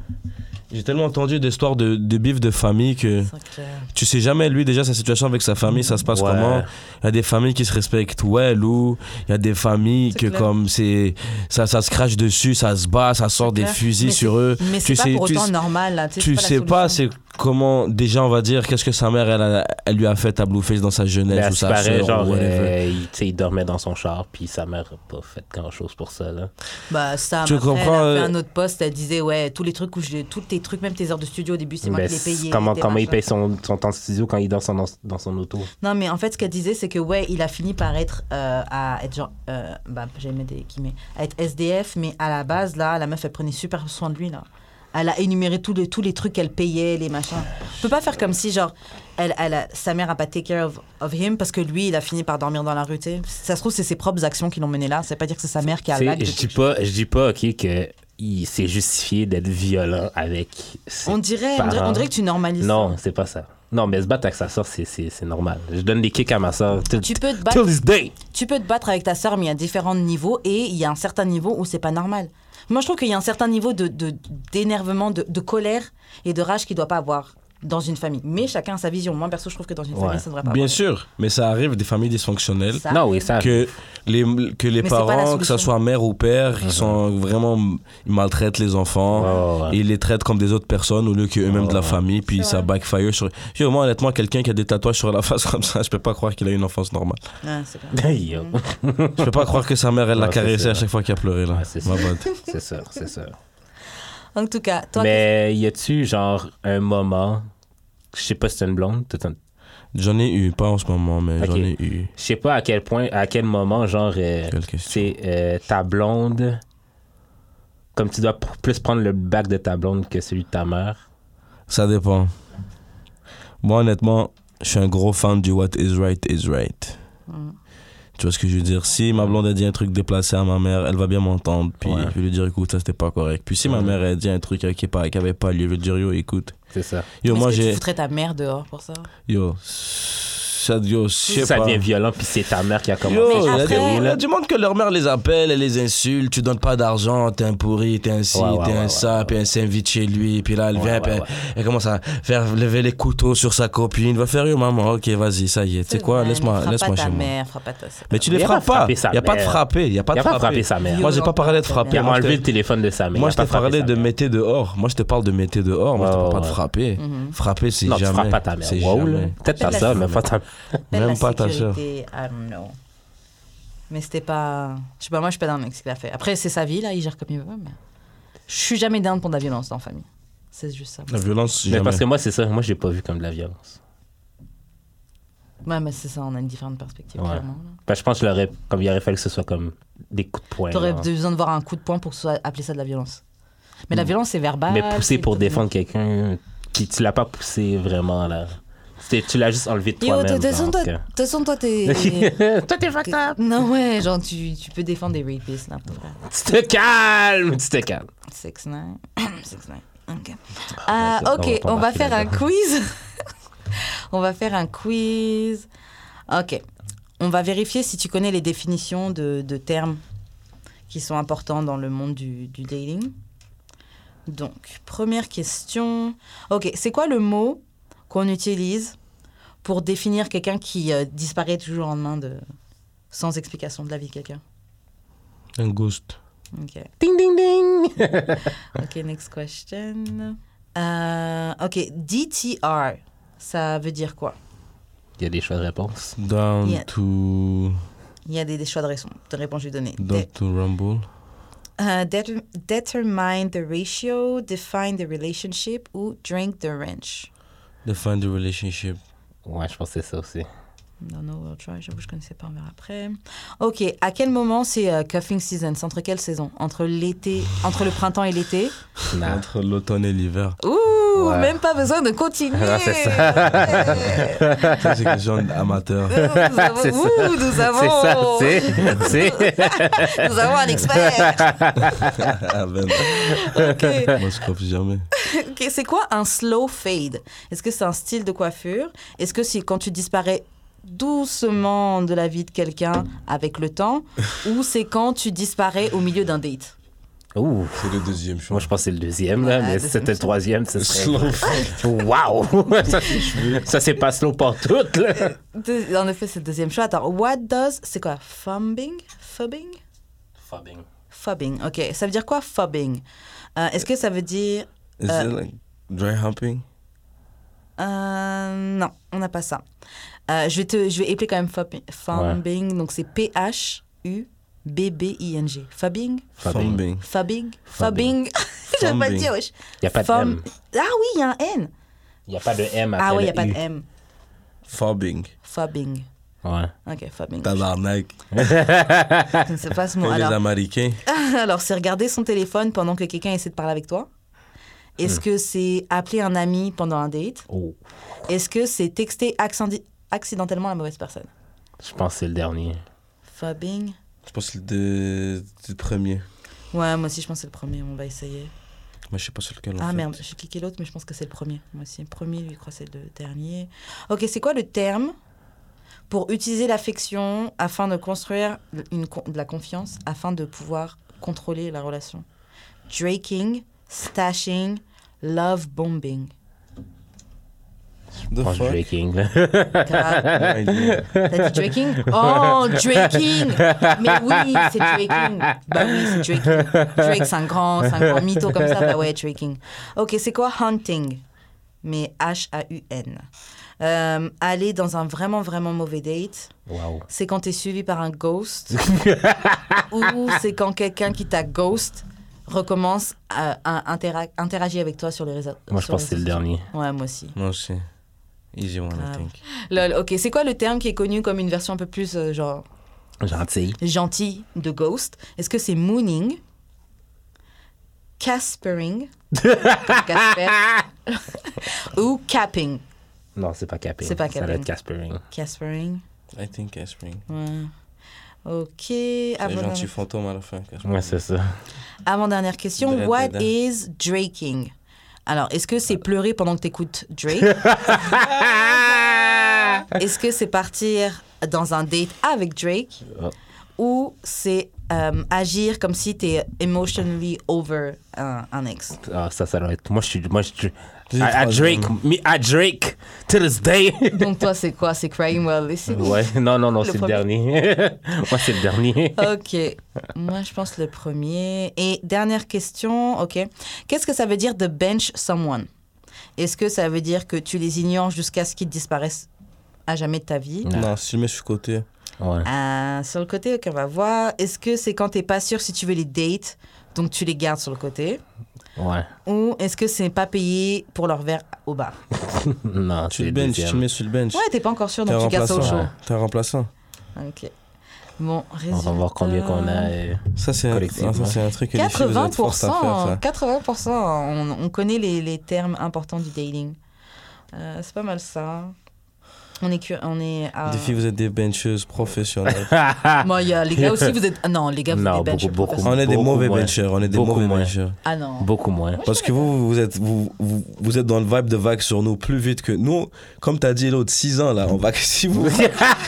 J'ai tellement entendu d'histoires de, de bif de famille que C'est clair. tu sais jamais lui déjà sa situation avec sa famille, ça se passe Ouais. comment. Il y a des familles qui se respectent, ouais, Lou. Il y a des familles C'est que clair. comme c'est ça, ça se crache dessus, ça se bat, ça sort C'est des clair. fusils Mais sur c'est- eux. Mais Tu c'est pas sais- pour tu autant sais- normal, là. Tu sais, Tu c'est sais la pas, solution. c'est comment déjà on va dire qu'est-ce que sa mère elle, a- elle lui a fait à Blueface dans sa jeunesse Ben, ou à ce sa paraît, sœur genre, ou whatever. euh, il, tu sais, il dormait dans son char, puis sa mère n'a pas fait grand-chose pour ça, là. Bah, ça, Tu ma frère, comprends, elle a fait euh, un autre poste, elle disait, ouais, tous les trucs où je. Tous tes trucs, même tes heures de studio au début, c'est moi Ben, qui les c'est- payais. comment tes comment il machins. paye son, son temps de studio quand il dort son- dans son auto? Non, mais en fait, ce qu'elle disait, c'est que, ouais, il a fini par être. euh, à être genre. euh, bah, j'ai mis des guillemets. À être S D F, mais à la base, là, la meuf, elle prenait super soin de lui, là. Elle a énuméré tous les, tous les trucs qu'elle payait, les machins. Je peux pas faire comme si, genre, elle, elle a- sa mère a pas take care of, of him parce que lui, il a fini par dormir dans la rue, tu sais. Ça se trouve, c'est ses propres actions qui l'ont mené là. Ça veut pas dire que c'est sa mère qui a Tu sais, l'acte de je dis quelque chose. pas, je dis pas, ok, que il s'est justifié d'être violent avec ses On dirait, on dirait, parents. on dirait que tu normalises. Non, c'est pas ça. Non, mais se battre avec sa soeur, c'est, c'est, c'est normal. Je donne des kicks à ma soeur. ça. Tu peux te battre. Till this day. Tu peux te battre avec ta sœur, mais il y a différents niveaux et il y a un certain niveau où c'est pas normal. Moi, je trouve qu'il y a un certain niveau de, de- d'énervement, de, de colère et de rage qu'il doit pas avoir dans une famille. Mais chacun a sa vision. Moi, perso, je trouve que dans une Ouais. famille, ça ne devrait pas Bien avoir. sûr, mais ça arrive des familles dysfonctionnelles. Ça. Non, oui, ça. que les, que les Mais c'est pas la parents, que ce solution. soit mère ou père, ils sont vraiment ils maltraitent les enfants Ouais, ouais, ouais. et ils les traitent comme des autres personnes au lieu qu'eux-mêmes Ouais, de la ouais. famille, puis C'est ça vrai. backfire sur. Yo, moi, honnêtement, quelqu'un qui a des tatouages sur la face comme ça, je peux pas croire qu'il a eu une enfance normale. Ouais, c'est clair. Yo. Je peux pas croire que sa mère elle l'a Ouais, c'est caressé ça. à chaque fois qu'il a pleuré là. Ouais, c'est Ma ça. bad. C'est sûr, c'est sûr. En tout cas, toi, Mais y a-tu, genre, un moment. Je sais pas si c'est une blonde. t'as un- J'en ai eu, pas en ce moment, mais Ok. j'en ai eu. Je sais pas à quel point, à quel moment, genre, euh, Quelle question. c'est euh, ta blonde. Comme tu dois p- plus prendre le bac de ta blonde que celui de ta mère. Ça dépend. Moi, honnêtement, je suis un gros fan du what is right is right. Mm. Tu vois ce que je veux dire? Si ma blonde a dit un truc déplacé à ma mère, elle va bien m'entendre. Puis Ouais. je vais lui dire, écoute, ça c'était pas correct. Puis si Ouais. ma mère a dit un truc qui n'avait pas, qui avait pas lieu, je vais lui dire, yo, écoute. C'est ça. Yo, Mais moi est-ce que j'ai. tu foutrais ta mère dehors pour ça? Yo, ça, yo, je sais Ça pas. devient violent, puis c'est ta mère qui a commencé. Yo, Mais il y, a après- des- il y a du monde que leur mère les appelle, elle les insulte, tu donnes pas d'argent, t'es un pourri, t'es un ci, Ouais, ouais, t'es ouais, un ouais, ça, ouais. puis elle s'invite chez lui, puis là elle Ouais, vient, ouais, puis elle, ouais. elle commence à faire lever les couteaux sur sa copine, va faire yo maman, ok vas-y, ça y est, tu sais quoi, Ouais, laisse-moi, ne frappe laisse-moi pas chez ta moi. mère, frappe pas ta sœur. Mais tu les Il a frappes pas pas, frappé sa il y a pas de mère. frapper, il y a pas Il de a pas frapper. frappé sa mère. Moi j'ai pas parlé de Il frapper. a Moi, je enlevé te- le téléphone de sa mère. Moi Il je a te pas frappé parlais sa de mère. mettez dehors. Moi je te parle de mettez dehors. Moi je te parle Ouais, pas de ouais. frapper. Mhm. Frapper c'est Non, tu jamais. frappes pas ta mère. C'est Wow, là. jamais. Peut-être ta Appelle soeur, la- mais pas ta Appelle Même la pas ta sœur. sécurité, I don't know. Mais c'était pas... Je sais pas, moi, je suis pas down avec ce qu'il a fait. Après, c'est sa vie, là, il gère comme il veut, mais... Je suis jamais down pour de la violence dans la famille. C'est juste ça. La violence Mais jamais. parce que moi, c'est ça. Moi, j'ai pas vu comme de la violence. Ouais, mais c'est ça, on a une différente perspective, Ouais. clairement. là. Parce que je pense que l'aurait, comme il aurait fallu que ce soit comme des coups de poing. T'aurais genre. besoin de voir un coup de poing pour que ce soit- appeler ça de la violence. Mais la violence, c'est verbal. Mais pousser c'est- pour défendre quelqu'un, qui tu l'as pas poussé vraiment là. C'était- Tu l'as juste enlevé de Yo, de toi-même. toute façon, genre, toi, que- de toute façon, toi, t'es... Toi, t'es fucked up. Non, ouais, genre, tu, tu peux défendre des rapists, là, pour vrai. Tu te calmes, tu te calmes. six nine six nine Ok. Ah, Ah, on va ok, pas on va embarquer faire un là-dedans. quiz. On va faire un quiz. Ok. On va vérifier si tu connais les définitions de, de termes qui sont importants dans le monde du, du dating. Donc, première question. Ok, c'est quoi le mot qu'on utilise pour définir quelqu'un qui euh, disparaît du jour au lendemain de... sans explication de la vie de quelqu'un? Un ghost. Ok. Ding, ding, ding. Ok, next question. Euh, ok, D T R, ça veut dire quoi? Il y a des choix de réponse. Down Yeah. to. Il y a des, des choix de, raison, de réponse que je vais donner. Down De- to rumble. euh, det- determine the ratio, define the relationship ou drink the wrench. Define the relationship. Ouais, je pense que c'est ça aussi. Non, non, we'll try. J'avoue, je connaissais pas, on verra après. Ok, à quel moment c'est euh, cuffing season? C'est entre quelles saisons? Entre l'été, entre le printemps et l'été? Nah. Entre l'automne et l'hiver. Ouh, Ouais. même pas besoin de continuer. Ah, c'est ça. Ouais. Ça, c'est question amateur. Nous avons, C'est ça. ouh, nous avons, C'est ça, c'est. c'est- nous avons un expert. Ah, ben, Ok. moi, je confie jamais. Ok, c'est quoi un slow fade? Est-ce que c'est un style de coiffure? Est-ce que c'est quand tu disparais doucement de la vie de quelqu'un avec le temps? Ou c'est quand tu disparais au milieu d'un date? Ouh. C'est le deuxième choix. Moi, je pense que c'est le deuxième, là, Ouais, mais deuxième si c'était le choix. troisième, ce serait. Slow. Waouh! Ça, c'est- ça, c'est pas slow pour tout, là. Deux- En effet, c'est le deuxième choix. Attends, what does... C'est quoi? Fubbing? Fubbing? Fubbing. Fubbing, ok. Ça veut dire quoi, fubbing? Euh, Est-ce que ça veut dire... Is Euh, it like dry humping? Euh, non, on n'a pas ça. Euh, je vais te, je vais épeler quand même fubbing. Fubbing, donc c'est P H U B B I N G. Fubbing? Fubbing. Fumbing. Fubbing? Fubbing. Fubbing? Je vais pas le Fubbing. dire, wesh. Il n'y a pas de Fum- M. Ah oui, il y a un N. Il n'y a pas de M après Ah oui, il n'y le a pas U. de M. Fobbing. Fubbing. Ouais. Ok, fubbing. Tabarnak. Je ne sais pas ce mot. Et les Alors, Américains. alors c'est regarder son téléphone pendant que quelqu'un essaie de parler avec toi. Est-ce Hmm. que c'est appeler un ami pendant un date? Oh. Est-ce que c'est texter accendi- accidentellement la mauvaise personne? Je pense que c'est le dernier. Fubbing. Je pense que c'est le, deux- c'est le premier. Ouais, moi aussi, je pense que c'est le premier. On va essayer. Mais je sais pas sur lequel on Ah fait. merde, j'ai cliqué l'autre, mais je pense que c'est le premier. Moi aussi, le premier, lui, je crois que c'est le dernier. Ok, c'est quoi le terme pour utiliser l'affection afin de construire une, con- de la confiance, afin de pouvoir contrôler la relation? Draking, stashing, love bombing. The Je pense fuck? Draking, là. Grave. Ouais, il- T'as dit Draking? Oh, Draking! Mais oui, c'est Draking. Bah oui, c'est Draking. Drake, c'est un grand, c'est un grand mytho comme ça. Bah ouais, Draking. Ok, c'est quoi hunting? Mais H A U N. Euh, aller dans un vraiment, vraiment mauvais date, Waouh. c'est quand t'es suivi par un ghost. Ou c'est quand quelqu'un qui t'a ghost recommence à, à intera- interagir avec toi sur les réseaux. Moi, je sur pense que c'est les le réseaux sociaux. dernier. Ouais, moi aussi. Moi aussi. Easy one, Grave. I think. Lol, ok, c'est quoi le terme qui est connu comme une version un peu plus euh, genre Gentil. gentille de ghost? Est-ce que c'est mooning, caspering, Casper, ou capping? Non, c'est pas capping. C'est pas Ça doit capping. être Caspering. Caspering. I think Caspering. Ouais. Ok. C'est un Avant gentil fantôme à la fin. Caspering. Ouais, c'est ça. Avant-dernière question. Drette What dedans. is draking? Alors, est-ce que c'est pleurer pendant que t'écoutes Drake? Est-ce que c'est partir dans un date avec Drake? Oh. Ou c'est euh, agir comme si t'es emotionally over un, un ex? Ah, ça, ça doit être. Moi, je suis. Moi, je suis. J'ai À, à trois Drake, hommes. me, à Drake, to this day. Donc toi, c'est quoi? C'est Crying While Listening? Ouais, non, non, non, Le c'est le premier. dernier. Moi, c'est le dernier. Ok. Moi, je pense le premier. Et dernière question, ok. Qu'est-ce que ça veut dire de bench someone? Est-ce que ça veut dire que tu les ignores jusqu'à ce qu'ils disparaissent à jamais de ta vie? Non, si je le mets sur le côté. Ouais. Ah, sur le côté, ok, on va voir. Est-ce que c'est quand t'es pas sûr si tu veux les dates, donc tu les gardes sur le côté? Ouais. Ou est-ce que c'est pas payé pour leur verre au bar? Non, Tu c'est le le bench, tu deuxième. le mets sur le bench. Ouais, t'es pas encore sûr, T'es un donc tu gardes ça au remplaçant. chaud. Ouais. T'es un remplaçant. Ok. Bon, On résultat. va voir combien qu'on a. euh, Ça, c'est un, Collectivement. ah, ça, c'est un truc que les filles, vous quatre-vingts êtes fortes à faire, pour cent, ça. quatre-vingts pour cent, on, on connaît les, les termes importants du dating. Euh, c'est pas mal ça. On est, cu- on est à... Les filles, vous êtes des bencheuses professionnelles. Bon, il y a les gars aussi, vous êtes... ah non, les gars, vous Non, êtes des benchers beaucoup, beaucoup. On est des Beaucoup mauvais moins. benchers. On est des Beaucoup mauvais moins. benchers. Ah non. Beaucoup moins. Parce que vous, vous êtes, vous, vous, vous êtes dans le vibe de vague sur nous plus vite que nous. Comme t'as dit l'autre, six ans là, on va si vous si t'es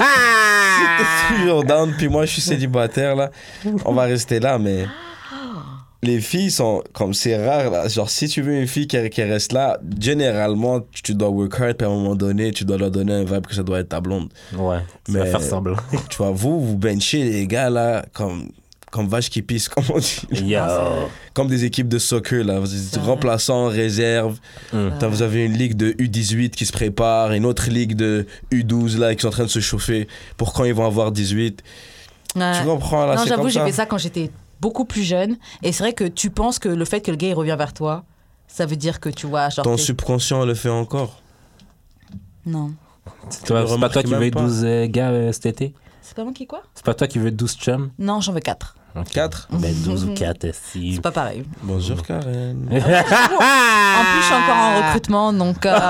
toujours down, puis moi je suis célibataire là, on va rester là, mais les filles sont comme c'est rare là. Genre si tu veux une fille qui, qui reste là, généralement tu, tu dois work hard, puis à un moment donné tu dois leur donner un vibe que ça doit être ta blonde. Ouais. Tu Mais- vas faire semblant. Tu vois, vous, vous benchez les gars là comme comme vache qui pisse, comme on dit. Yo. Comme des équipes de soccer là, vous êtes C'est vrai. remplaçants, réserve. Mm. T'as- Vous avez une ligue de U dix-huit qui se prépare, une autre ligue de U douze là qui sont en train de se chauffer pour quand ils vont avoir dix-huit. Ouais. Tu comprends là, Non, c'est j'avoue, comme j'ai ça. fait ça quand j'étais beaucoup plus jeune. Et c'est vrai que tu penses que le fait que le gars il revient vers toi, ça veut dire que tu vois, genre. Ton t'es- subconscient le fait encore. Non. C'est toi- le c'est pas toi qui remarques veux même pas. douze euh, gars euh, cet été? C'est pas moi qui quoi? C'est pas toi qui veux douze chums? Non, j'en veux quatre. Ok. Quatre. Ben douze ou quatre, si. C'est pas pareil. Bonjour Karen. En plus, je suis encore en recrutement, donc. euh,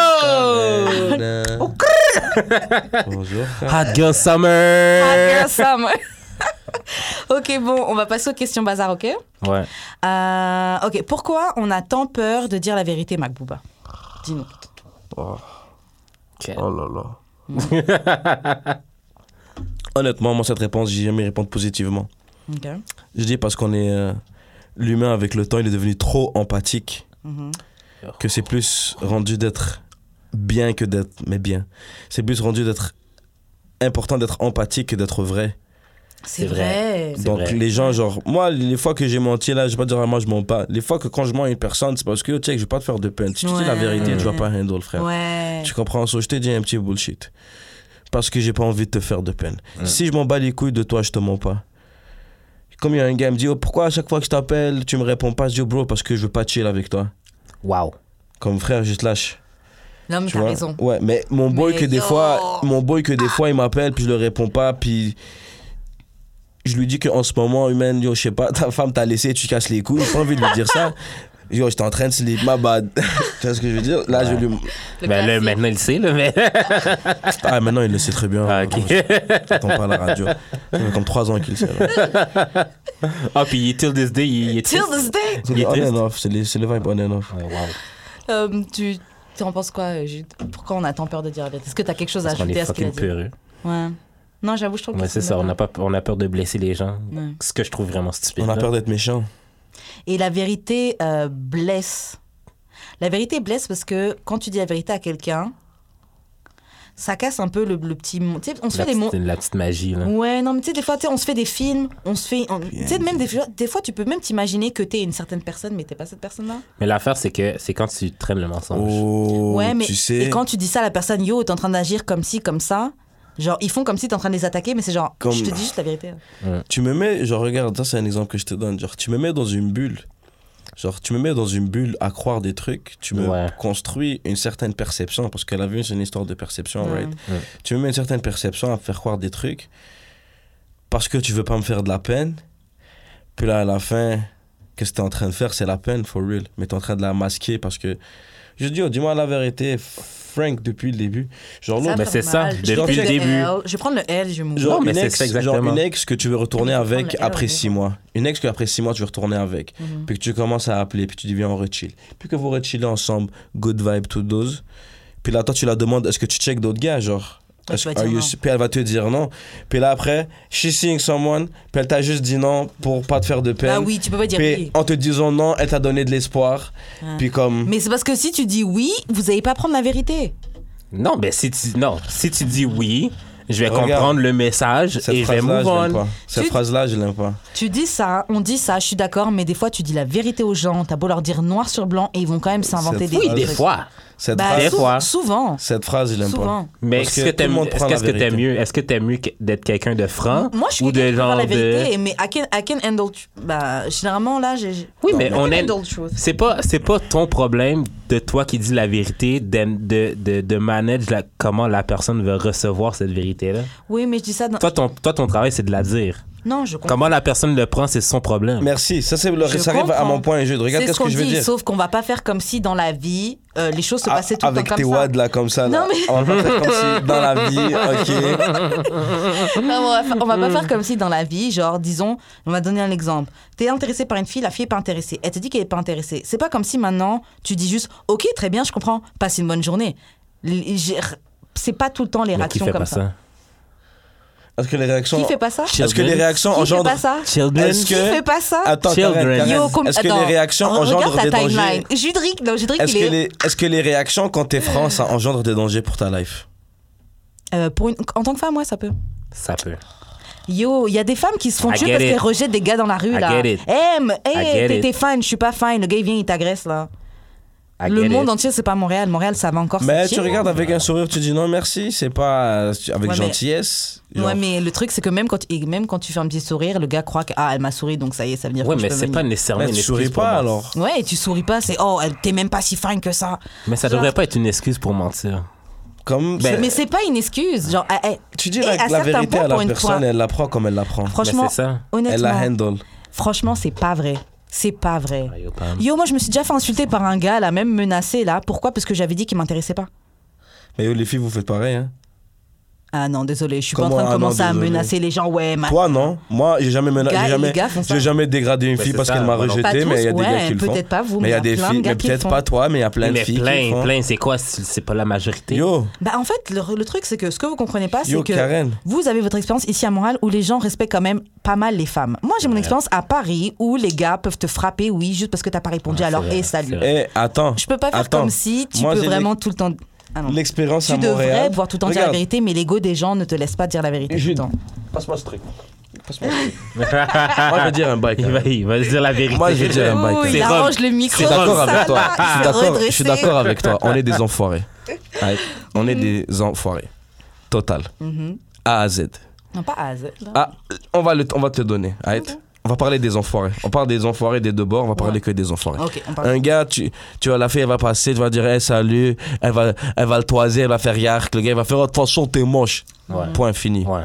Karen. Bonjour Karen. Hot Girl Summer! Ah, ça, moi. Ok, bon, on va passer aux questions bazar, ok? Ouais. Euh, ok, pourquoi on a tant peur de dire la vérité, Macbouba? Dis-nous. Oh, Ok. oh là là. Honnêtement, moi cette réponse, j'ai jamais répondre positivement. Ok. Je dis parce qu'on est euh, l'humain avec le temps, il est devenu trop empathique. Mhm. Que c'est plus rendu d'être bien que d'être mais bien. C'est plus rendu d'être important d'être empathique que d'être vrai. C'est C'est vrai. vrai. C'est Donc vrai. les gens genre moi les fois que j'ai menti là, je vais pas dire à moi je mens pas. Les fois que quand je mens à une personne, c'est parce que tu sais que je vais pas te faire de peine. Si tu dis la Ouais. vérité, tu vas pas handle frère. Ouais. Tu comprends ça? Je te dis un petit bullshit. Parce que j'ai pas envie de te faire de peine. Mm. Si je m'en bats les couilles de toi, je te mens pas. Comme il y a un gars qui me dit oh, pourquoi à chaque fois que je t'appelle, tu me réponds pas? Je dis oh, bro parce que je veux pas chill avec toi. Wow. Comme frère, je te lâche. Non, mais Tu t'as vois? raison. Ouais, mais mon boy Mais que des yo. fois, mon boy que des fois il m'appelle puis je le réponds pas puis je lui dis qu'en ce moment, humaine, yo, je sais pas, ta femme t'a laissé, tu casses les couilles. J'ai pas envie de lui dire ça. Yo, j'étais en train de sleep, ma bad. Tu vois ce que je veux dire? Là, je lui. Le Ben là, classique. maintenant, il le sait, là, mais. Ah, maintenant, il le sait très bien. Ah, ok. J'entends pas à la radio. Ça fait comme trois ans qu'il le sait. là. Ah, puis till this day, il est Till triste. this day. C'est Il est le on triste. and off, c'est les- c'est le vibe on and off. Ouais, wow. Euh, tu tu en penses quoi, Jude? Pourquoi on a tant peur de dire la vérité? Est-ce que t'as quelque chose à Parce qu'on ajouter est à ce qu'il a fucking dit? peureux. Ouais. Non, j'avoue, je trouve que Ouais, c'est ça. On a, pas, on a peur de blesser les gens. Ouais. Ce que je trouve vraiment stupide. On a là. peur d'être méchant. Et la vérité euh, blesse. La vérité blesse parce que quand tu dis la vérité à quelqu'un, ça casse un peu le, le petit... mo- Tu sais, on se La fait des mots... petite, la petite magie, là. Ouais, non, mais tu sais, des fois, tu sais, on se fait des films, on se fait... on- Tu sais, même des, fois- des fois, tu peux même t'imaginer que t'es une certaine personne, mais t'es pas cette personne-là. Mais l'affaire, c'est que c'est quand tu traînes le mensonge. Oh, ouais, mais... tu sais. Et quand tu dis ça à la personne, yo, t'es en train d'agir comme ci, comme ça, genre, ils font comme si t'es en train de les attaquer, mais c'est genre, Comme- je te dis juste la vérité. Tu me mets, genre, regarde, ça, c'est un exemple que je te donne. Genre, tu me mets dans une bulle. Genre, tu me mets dans une bulle à croire des trucs. Tu me Ouais. construis une certaine perception. Parce que la vie, c'est une histoire de perception, Ouais. right? Tu me mets une certaine perception à me faire croire des trucs. Parce que tu veux pas me faire de la peine. Puis là, à la fin, qu'est-ce que t'es en train de faire, c'est la peine, for real. Mais t'es en train de la masquer parce que. Je dis, oh, dis-moi la vérité, Frank, depuis le début. Genre, Ça l'autre, mais va c'est faire ça, mal. depuis Je vais le prendre début. L, Je vais prendre le L, je vais mourir. genre, Non, mais une c'est ex, ça genre exactement. une ex que tu veux retourner Mais avec prendre le après L, six mais mois. Une ex qu'après six mois, tu veux retourner avec. Mhm. Puis que tu commences à appeler, puis tu dis, viens, on rechill. Puis que vous rechillez ensemble, good vibe, tout dose. Puis là, toi, tu la demandes, est-ce que tu check d'autres gars, genre Ouais, est-ce- tu vas are dire you- non. Puis elle va te dire non. Puis là, après, she's seeing someone, puis elle t'a juste dit non pour pas te faire de peine. Ah oui, tu peux pas dire Puis oui. en te disant non, elle t'a donné de l'espoir. Ouais. Puis comme. Mais c'est parce que si tu dis oui, vous n'allez pas prendre la vérité. Non, mais si tu, non, si tu dis oui, je vais Regarde. comprendre le message Cette et je vais phrase-là, move je l'aime on. pas. Cette Tu- phrase-là, je l'aime pas. Tu dis ça, on dit ça, je suis d'accord, mais des fois tu dis la vérité aux gens, t'as beau leur dire noir sur blanc et ils vont quand même s'inventer Cette des Oui, phrase- des trucs. fois. Cette Bah, phrase, Des sou- fois. Souvent. cette phrase, je l'aime pas. Souvent. Mais Parce est-ce que que tout le t'aimes monde est-ce prend la qu'est-ce que t'aimes vérité. mieux Est-ce que t'aimes mieux que- d'être quelqu'un de franc Moi, je suis ou quelqu'un de qui parle genre la vérité, de mais I can, I can handle... tr- Bah, généralement, là, j'ai... j'ai- Oui, Non, mais mais- on I can aime handle truth. c'est pas c'est pas ton problème de toi qui dis la vérité de de de, de manage la, comment la personne veut recevoir cette vérité là. Oui, mais je dis ça dans... Toi ton toi ton travail c'est de la dire. Non, je comprends. Comment la personne le prend c'est son problème. Merci. Ça, c'est le, Je ça arrive à comprends. mon point. Je regarde C'est qu'est-ce ce qu'on que je veux dit, dire. sauf qu'on va pas faire comme si dans la vie, euh, les choses se Ah, passaient tout le avec temps tes comme ça. wads là comme ça là. Non, mais- On va pas faire comme si dans la vie, ok. Non, on va, fa- on va pas faire comme si dans la vie, genre, disons, on va donner un exemple. T'es intéressé par une fille, la fille est pas intéressée. Elle te dit qu'elle est pas intéressée. C'est pas comme si maintenant, tu dis juste, ok, très bien, je comprends, passe une bonne journée. L- j'ai- C'est pas tout le temps les Mais qui réactions fait comme pas ça. ça? Est-ce que les réactions. Qui fait pas ça Qui Est-ce que les réactions fait engendrent. pas ça Children. Est-ce Qui que- fait pas ça Attends, Children. Karen, Karen, Yo, comme- est-ce que attends, les réactions engendrent regarde des ta dangers? timeline. Judric, non, Judric, Est-ce il que, est... les, est-ce que les réactions quand t'es franc, ça engendre des dangers pour ta life? Euh, pour une... En tant que femme, ouais, ça peut. Ça peut. Yo, il y a des femmes qui se font I tuer get parce it. qu'elles rejettent des gars dans la rue, I là. get it. Hey, m- I hey, get t'es, it. t'es fine, je suis pas fine. Le gars, il vient, il t'agresse, là. I Le get monde it. entier, c'est pas Montréal. Montréal, ça va encore. Mais c'est tu chill. regardes avec un sourire, tu dis non merci, c'est pas euh, avec Ouais, mais- gentillesse. genre. Ouais, mais le truc, c'est que même quand, et même quand tu fais un petit sourire, le gars croit que, ah, elle m'a souri, donc ça y est, ça veut dire Ouais, que je mais peux c'est venir. pas nécessairement Mais une tu excuse souris pour pas mentir. alors. Ouais, et tu souris pas, c'est, oh, elle- t'es même pas si fine que ça. Mais ça Genre- devrait pas être une excuse pour mentir. Comme Ben, Mais c'est pas une excuse. Genre, eh, eh, tu dis et la, à la certains vérité points, à la pour une personne, fois- elle la prend comme elle la prend. franchement, Mais c'est ça. Elle la honnêtement, handle. franchement, c'est pas vrai. C'est pas vrai. Ah, yo, Pam. Yo, moi, je me suis déjà fait insulter par un gars, là, même menacé, là. Pourquoi? Parce que j'avais dit qu'il m'intéressait pas. Mais yo, les filles, vous faites pareil, hein. Ah non, désolé, je suis Comment? pas en train de Ah non, commencer à désolé. menacer les gens. Ouais, ma... Toi, non. Moi, j'ai jamais, mena- Gars, j'ai les jamais, gars font ça. j'ai jamais dégradé une Mais fille c'est parce ça, qu'elle m'a moi non. Pas rejeté, tous, mais il y a des ouais, gars qui le font. peut-être pas vous, Mais il y a mais des il y a plein de filles, gars mais qui le peut-être font. pas toi, mais il y a plein de Mais filles qui plein, font. plein, c'est quoi? C'est c'est pas la majorité. Yo, Bah, en fait, le, le truc, c'est que ce que vous comprenez pas, c'est yo, que Karen. vous avez votre expérience ici à Montréal où les gens respectent quand même pas mal les femmes. Moi, j'ai mon Ouais. expérience à Paris où les gars peuvent te frapper, oui, juste parce que t'as pas répondu Ouais, à leur c'est vrai, et salut. c'est vrai. Eh, attends. Je peux pas faire Attends. comme si tu Moi, peux j'ai vraiment tout le temps. Ah non. L'expérience Tu à devrais Montréal. pouvoir tout le temps dire la Regarde. vérité, mais l'ego des gens ne te laisse pas dire la vérité tout Je- le temps. Passe-moi ce truc. Passe-moi ce truc. Moi, je vais dire un bail. il, va, il va se dire la vérité. Moi, je vais dire un bail. Ouh, il C'est arrange Rob. le micro. Je suis d'accord ça, avec toi. là, Je suis il s'est d'accord, je suis redressé. d'accord avec toi. On est des enfoirés. Ouais. On est des enfoirés. Total. Mhm. A à Z. Non, pas à Z. là. Ah, on va, le, on va te le donner. Right? On va parler des enfoirés. On parle des enfoirés des deux bords, on va parler Ouais. que des enfoirés. Ok, on parle. Un gars, tu, tu vois, la fille, elle va passer, tu vas dire, hey, salut, elle va, elle va le toiser, elle va faire yark. Le gars, il va faire, oh, de toute façon, t'es moche. Ouais. Point fini. Ouais.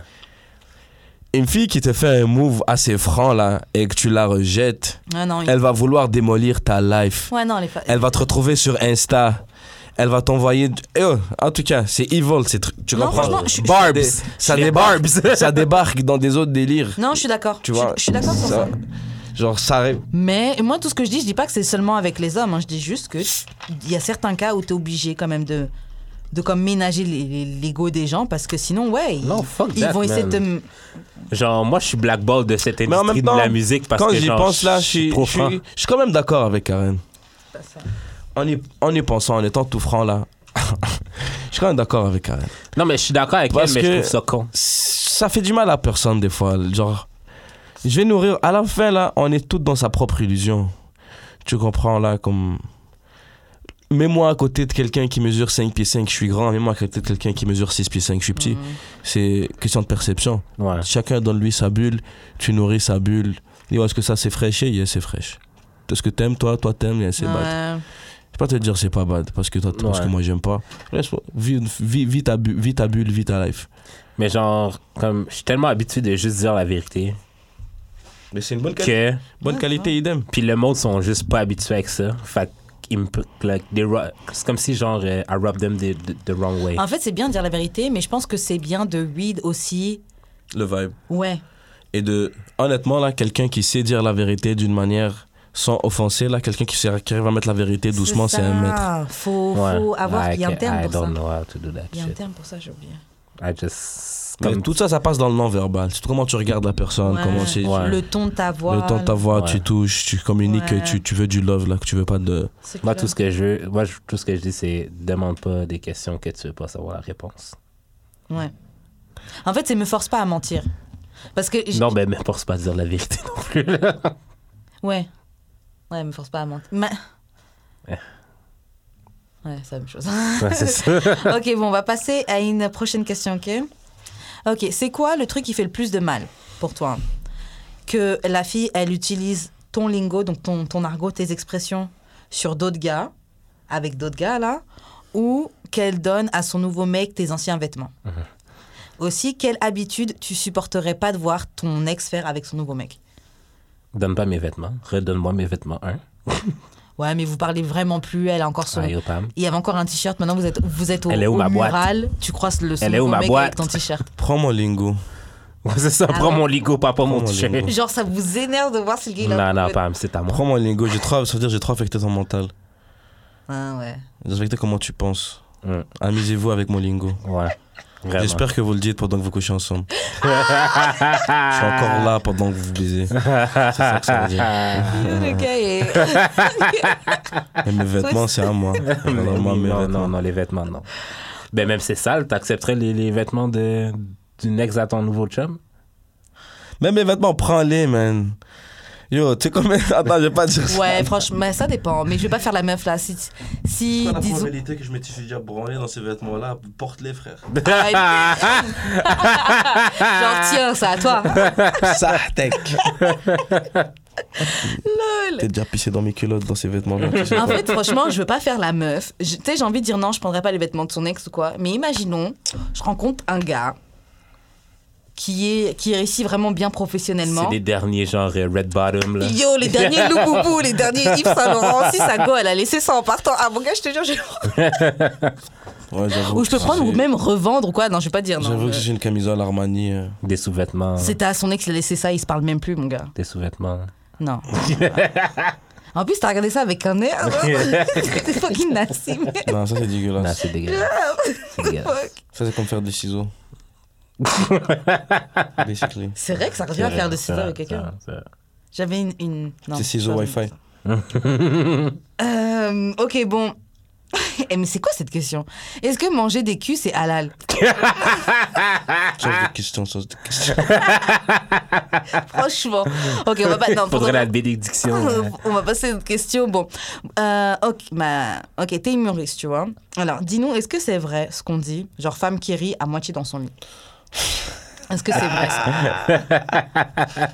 Une fille qui te fait un move assez franc, là, et que tu la rejettes, Ah non, il- elle va vouloir démolir ta life. Ouais, non, les fa- Elle va te retrouver sur Insta. Elle va t'envoyer. Eh oh, en tout cas, c'est evil. C'est tr- tu Non, comprends? franchement, je- je- Barbs. je- Ça Les débarque. barbs. Ça débarque dans des autres délires. Non, je suis d'accord. Tu Je suis- vois? Je suis d'accord sur ça. Genre, ça arrive. Mais moi, tout ce que je dis, je dis pas que c'est seulement avec les hommes. hein. Je dis juste que il y a certains cas où tu es obligé quand même de, de comme ménager les- les- l'ego des gens parce que sinon, ouais, ils, Non, fuck ils that, vont essayer de man. te. Genre, moi, je suis blackball de cette Mais en industrie même de temps, la musique parce quand que j'y genre, pense là, je suis, trop je suis, franc. je suis quand même d'accord avec Karen. En y, en y pensant, en étant tout franc là, je suis quand même d'accord avec Karen. Non, mais je suis d'accord avec Parce elle, mais que- je trouve ça con. Ça fait du mal à personne des fois. Genre, je vais nourrir. À la fin là, on est tous dans sa propre illusion. Tu comprends là, comme. Mets-moi à côté de quelqu'un qui mesure cinq pieds cinq, je suis grand. Mets-moi à côté de quelqu'un qui mesure six pieds cinq, je suis petit. C'est question de perception. Ouais. Chacun donne lui sa bulle, tu nourris sa bulle. Et est-ce que ça c'est fraîche? Yes, c'est fraîche. Est-ce que t'aimes toi? Toi t'aimes? Yes, c'est bad. Ouais. Je vais pas te dire c'est pas bad parce que, toi, parce Ouais. que moi j'aime pas. Laisse-moi. Vis, vis, vis ta bulle, vis ta bulle, vis ta life. Mais genre, comme, je suis tellement habitué de juste dire la vérité. Mais c'est une bonne, quali- que. bonne Ouais, qualité, ouais. idem. Puis le monde sont juste pas habitués avec ça. Fait qu'ils me. Like, they ru- c'est comme si, genre, uh, I rub them the, the, the wrong way. En fait, c'est bien de dire la vérité, mais je pense que c'est bien de read aussi. Le vibe. Ouais. Et de, honnêtement, là, quelqu'un qui sait dire la vérité d'une manière sans offenser, là, quelqu'un qui, sait, qui arrive à mettre la vérité doucement, c'est, ça. un maître. Faut, Ouais. faut avoir. Il y a un Like, terme I pour ça. don't know how to do that Il y a un shit. terme pour ça, j'ai oublié. I just. Mais Comme tout ça, ça passe dans le non-verbal. C'est comment tu regardes la personne, Ouais. comment c'est... Ouais. Le ton de ta voix. Le ton de ta voix, Ouais. tu touches, tu communiques, Ouais. que tu, tu veux du love, là, que tu veux pas de... C'est Moi, clair. tout ce que je veux, moi, je- tout ce que je dis, c'est demande pas des questions que tu veux pas savoir la réponse. Ouais. En fait, c'est me force pas à mentir. Parce que. j- Non, ben, mais force pas à dire la vérité non plus. là. Ouais. Ouais, me force pas à mentir. Ma- Ouais. Ouais, c'est la même chose. Ouais, c'est ça. Ok, bon, on va passer à une prochaine question, ok? Ok, c'est quoi le truc qui fait le plus de mal pour toi? Que la fille, elle utilise ton lingo, donc ton, ton argot, tes expressions sur d'autres gars, avec d'autres gars, là, ou qu'elle donne à son nouveau mec tes anciens vêtements. Aussi, quelle habitude tu supporterais pas de voir ton ex faire avec son nouveau mec? Donne pas mes vêtements. Redonne-moi mes vêtements, un. Ouais, mais vous parlez vraiment plus, elle a encore son... Ah, yo, Pam. Il y avait encore un t-shirt, maintenant vous êtes, vous êtes au, Elle est où, au ma boîte? mural, tu croises le son Elle est où, nouveau ma mec boîte? avec ton t-shirt. Prends mon lingo. Ouais, c'est ça, Ah prends ouais. mon ligo, pas, pas Prends mon mon t-shirt. lingo. Genre, ça vous énerve de voir si le gars il a... Non, non, Pam, c'est à moi. Prends mon lingo. J'ai trop, ça veut dire que j'ai trop affecté ton mental. Ah ouais. J'ai affecté comment tu penses. Mm. Amusez-vous avec mon lingo. Ouais. Vraiment. J'espère que vous le dites pendant que vous couchez ensemble. Je suis encore là pendant que vous baisez. C'est ça que ça veut dire. Le gars est... Et mes vêtements, c'est à moi. Mais Alors, moi, oui, mes non, vêtements. non, non, les vêtements, non. Ben, même c'est sale, t'accepterais les, les vêtements de, d'une ex à ton nouveau chum? Même mes vêtements, prends-les, man. Yo, tu sais combien... Attends, je vais pas dire ça. Ouais, franchement, mais ça dépend. Mais je vais pas faire la meuf là. Si, si C'est pas la disons... probabilité que je m'étais déjà branlé dans ces vêtements-là. Porte-les, frère. Genre, tiens, c'est à toi. Ça, tech. Lol. T'es déjà pissé dans mes culottes dans ces vêtements-là. tu sais En pas. fait, franchement, je veux pas faire la meuf. Je- Tu sais, j'ai envie de dire non, je prendrai pas les vêtements de son ex ou quoi. Mais imaginons, je rencontre un gars qui est qui réussit vraiment bien professionnellement. C'est les derniers, genre euh, Red Bottom, là. Yo, les derniers Louboubou, les derniers Yves Saint Laurent. Si sa go, elle a laissé ça en partant. Ah, mon gars, je te jure, j'ai... Ouais, j'avoue Ou je peux que prendre j'ai- ou même revendre ou quoi. Non, je vais pas dire non. J'avoue Euh, que j'ai une camisole Armani. euh. Des sous-vêtements. C'était à son ex, il a laissé ça, il se parle même plus, mon gars. Des sous-vêtements. Non. En plus, t'as regardé ça avec un air. C'était fucking Nassim. Non, ça c'est Non, dégueulasse. c'est dégueulasse. C'est dégueulasse. Ça c'est comme faire des ciseaux. Basically. C'est vrai que ça revient à faire de ciseaux avec quelqu'un. Ça, ça. J'avais une. une... non, C'est ciseaux ça, Wi-Fi. Euh, ok, bon. Eh, mais c'est quoi cette question? Est-ce que manger des culs, c'est halal? Chose de question, chose de question. Franchement. Ok, on va pas. Non, Faudrait pour- la bénédiction. hein. On va passer à une question. Bon, euh, ok, bah, ok, t'es humoriste, tu vois. Alors, dis-nous, est-ce que c'est vrai ce qu'on dit, genre femme qui rit à moitié dans son lit? Est-ce que c'est vrai ça?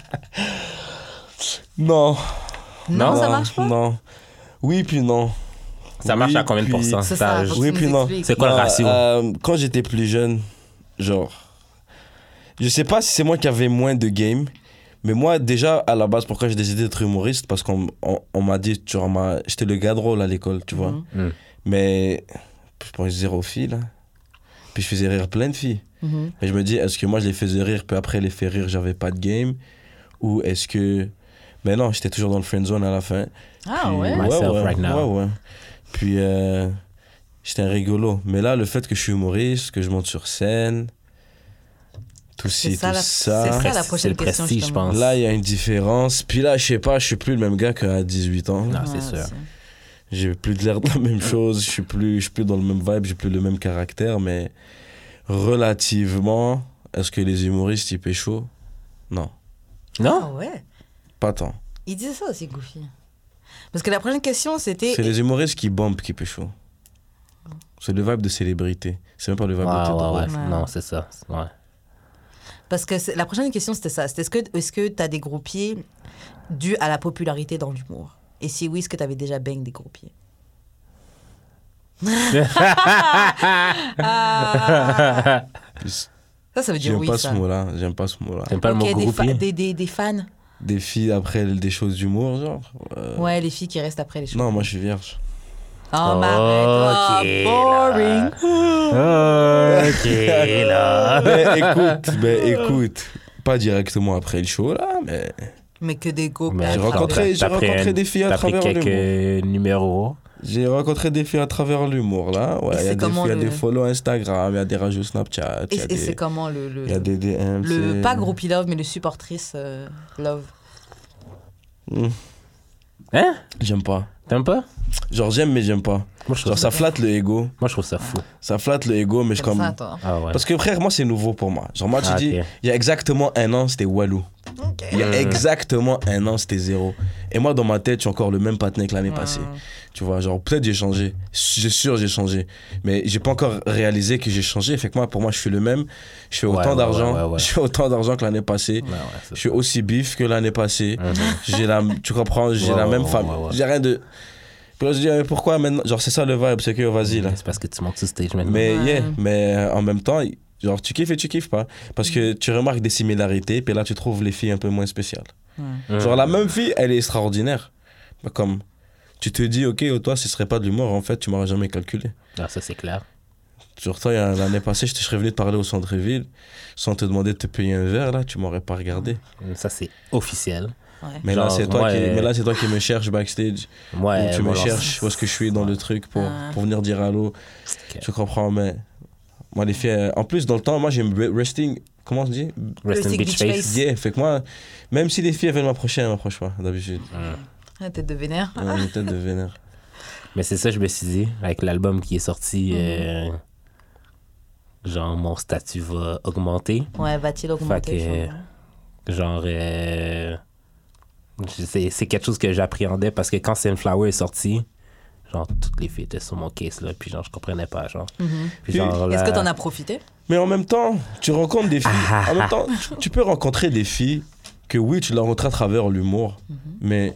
Non. Non, ça marche pas. Non. Oui, puis non. Ça marche Oui, à combien de puis- pourcents? C'est ça. faut que Oui, tu nous puis non. expliques. C'est quoi le Non, ratio? euh, Quand j'étais plus jeune, genre, je sais pas si c'est moi qui avais moins de game, mais moi déjà à la base pourquoi j'ai décidé d'être humoriste parce qu'on on, on m'a dit, genre, on m'a- j'étais le gars drôle à l'école, tu vois. Mhm. Mm. Mais je pense zéro fille là. Puis je faisais rire plein de filles. Mhm. Mais je me dis, est-ce que moi je les faisais rire, puis après les faire rire, j'avais pas de game, ou est-ce que, mais non, j'étais toujours dans le friend zone à la fin. Ah Puis- ouais? Myself ouais, right now. ouais, ouais. Puis euh, j'étais un rigolo. Mais là, le fait que je suis humoriste, que je monte sur scène, tout C'est ci, ça, tout la- ça. c'est ça la C'est prochaine le question. prestige, je justement. pense. Là, il y a une différence. Puis là, je sais pas, je suis plus le même gars qu'à dix-huit ans. Non, c'est Ah, sûr. J'ai plus de l'air de la même chose. Je suis plus, je suis plus dans le même vibe. J'ai plus le même caractère. Mais relativement, est-ce que les humoristes, ils pécho? Non, Non? Ah ouais? pas tant. Il disait ça aussi, Goofy. Parce que la prochaine question, c'était... C'est les humoristes qui bombent qui pécho. C'est le vibe de célébrité. C'est même pas le vibe Ouais, de t'es ouais, drôle. ouais. Ouais. Non, c'est ça. Ouais. Parce que c'est- la prochaine question, c'était ça. C'était est-ce que est-ce que t'as des groupiers dus à la popularité dans l'humour? Et si oui, est-ce que t'avais déjà bang des groupiers? Ça, ça veut dire J'aime oui, pas ça. ce mot-là. J'aime pas ce mot-là. T'aimes pas Ok, le mot des, fa- groupie? des, des, des fans. Des filles après des choses d'humour, genre. Euh... Ouais, les filles qui restent après les choses. Non, moi, je suis vierge. Oh, m'arrête. Ok, Oh, boring. Ok, là. Mais écoute, mais écoute, pas directement après le show, là, mais... Mais que des go. Mais J'ai attends, rencontré, t'as j'ai pris rencontré un- des filles à T'as pris travers l'humour. quelques numéros. J'ai rencontré des filles à travers l'humour, là. Ouais, Et il y a c'est des comment filles, il y a le- des follow Instagram, il y a des rajouts Snapchat, Et, il y a et c'est des... comment le. le... Il y a des D M. Le, c'est- pas groupie love, mais le supportrice euh, love. Hmm, Hein? J'aime pas. T'aimes pas? Genre, j'aime, mais j'aime pas. Moi, je trouve Genre, ça, ça flatte le ego. moi, je trouve ça fou. Ça flatte le ego, mais je Comme comme... ça, toi. Ah ouais. Parce que frère, moi c'est nouveau pour moi. Genre moi tu Ah, dis, ok. il y a exactement un an c'était Walou. Il y a Mm. exactement un an c'était zéro. Et moi dans ma tête je suis encore le même partenaire que l'année passée. Tu vois, genre peut-être j'ai changé. J'ai sûr j'ai changé. Mais j'ai pas encore réalisé que j'ai changé. Fait que moi pour moi je suis le même. Je fais Ouais, autant ouais, d'argent. ouais, ouais, ouais. Je fais autant d'argent que l'année passée. Ouais, ouais, c'est Je suis aussi bif que l'année passée. Mhm. J'ai la, tu comprends, j'ai Ouais, la ouais, même ouais, femme. ouais, ouais. J'ai rien de. Puis là je dis mais pourquoi maintenant. Genre c'est ça le vibe, c'est que vas-y là. C'est parce que tu montes sur stage maintenant. Mais Ouais. yeah, mais euh, en même temps, genre tu kiffes et tu kiffes pas. Parce que tu remarques des similarités, puis là tu trouves les filles un peu moins spéciales. Mhm. Genre la même fille, elle est extraordinaire. Mais comme tu te dis, ok, toi ce serait pas de l'humour, en fait tu m'aurais jamais calculé. Ah, ça, c'est clair. Sur toi, il y a- l'année passée, je te serais venu te parler au centre-ville, sans te demander de te payer un verre, là tu m'aurais pas regardé. Ça, c'est officiel. Ouais. Mais là Genre, c'est toi, moi, qui... euh, mais là, c'est toi qui me cherches backstage. Moi, Ou tu moi, me genre, cherches où est-ce que je suis dans le truc pour, Ah. pour venir dire allô. Ok. Tu comprends, mais moi les filles, euh, en plus dans le temps, moi j'aime re- resting, comment on se dit? Rest in Basic Beach Beach Face. Face. Yeah, fait que moi, même si les filles veulent m'approcher, elles m'approchent pas, d'habitude. Mhm. La tête de vénère. On a une tête de vénère. Mais c'est ça, je me suis dit, avec l'album qui est sorti, euh, genre, mon statut va augmenter. Ouais, va-t-il augmenter? Fait que- Genre, euh, c'est, c'est quelque chose que j'appréhendais parce que quand Sunflower est sorti, genre, toutes les filles étaient sur mon case, là, puis genre, je comprenais pas, genre. Mhm. Puis Puis, genre, Est-ce là- que t'en as profité? Mais en même temps, tu rencontres des filles. En même temps, tu, tu peux rencontrer des filles que oui, tu les rencontres à travers l'humour, mais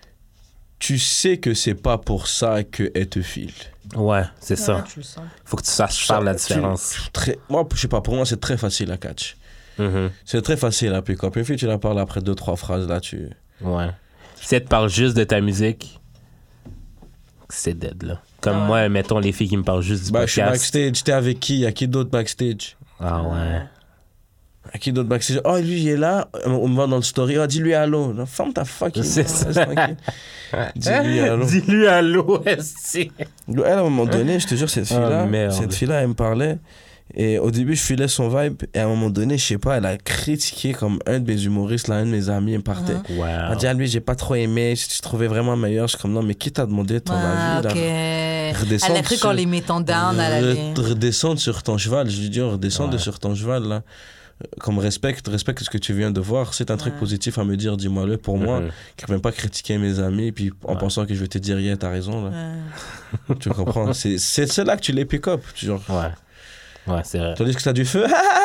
tu sais que c'est pas pour ça qu'elles te filent. Ouais, c'est ça. Ouais, tu le sens. Faut que tu saches faire la Tu- différence. Très, moi, je sais pas, pour moi, c'est très facile à catch. Mhm. C'est très facile à pick up. Une fille, tu la parles après deux, trois phrases, là, tu. Ouais. Si elle te parle juste de ta musique, c'est dead, là. Comme Ah ouais. moi, mettons les filles qui me parlent juste du Bah, je suis podcast. backstage, t'es avec qui? Y'a qui d'autre backstage? Ah ouais. À qui d'autre backstage? Oh, lui, il est là. On me voit dans le story. Oh, dis-lui allô. Non, ferme ta fucking. C'est gueule, ça. laisse tranquille. Dis-lui allô. Dis-lui allô, esti. Elle, à un moment donné, je te jure, cette fille-là, Ah, merde. cette fille-là, elle me parlait. Et au début, je filais son vibe. Et à un moment donné, je sais pas, elle a critiqué comme un de mes humoristes, là, un de mes amis, il me partait. Mhm. Wow. Elle a dit, ah, lui, j'ai pas trop aimé. Je te trouvais vraiment meilleur. Je suis comme, non, mais qui t'a demandé ton Ah, avis, là? ok. Redescendre Elle a cru sur- qu'en les mettant down, elle allait... Re- Redescendre sur ton cheval. Je lui dis, oh, redescendre Ouais. sur ton cheval, là. Comme respecte, respecte ce que tu viens de voir. C'est un truc Ouais. positif à me dire, dis-moi-le. Pour moi, Mhm. qui ne même pas critiquer mes amis, puis en Ouais. pensant que je vais te dire, yeah, t'as raison, là. Ouais. Tu comprends? C'est c'est c'est là que tu les pick up. Tu genre, Ouais. Ouais, c'est vrai. tandis que t'as du feu.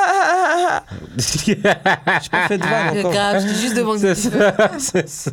J'ai pas fait de vanne encore. Grave, je t'ai juste demandé. C'est ça. C'est ça.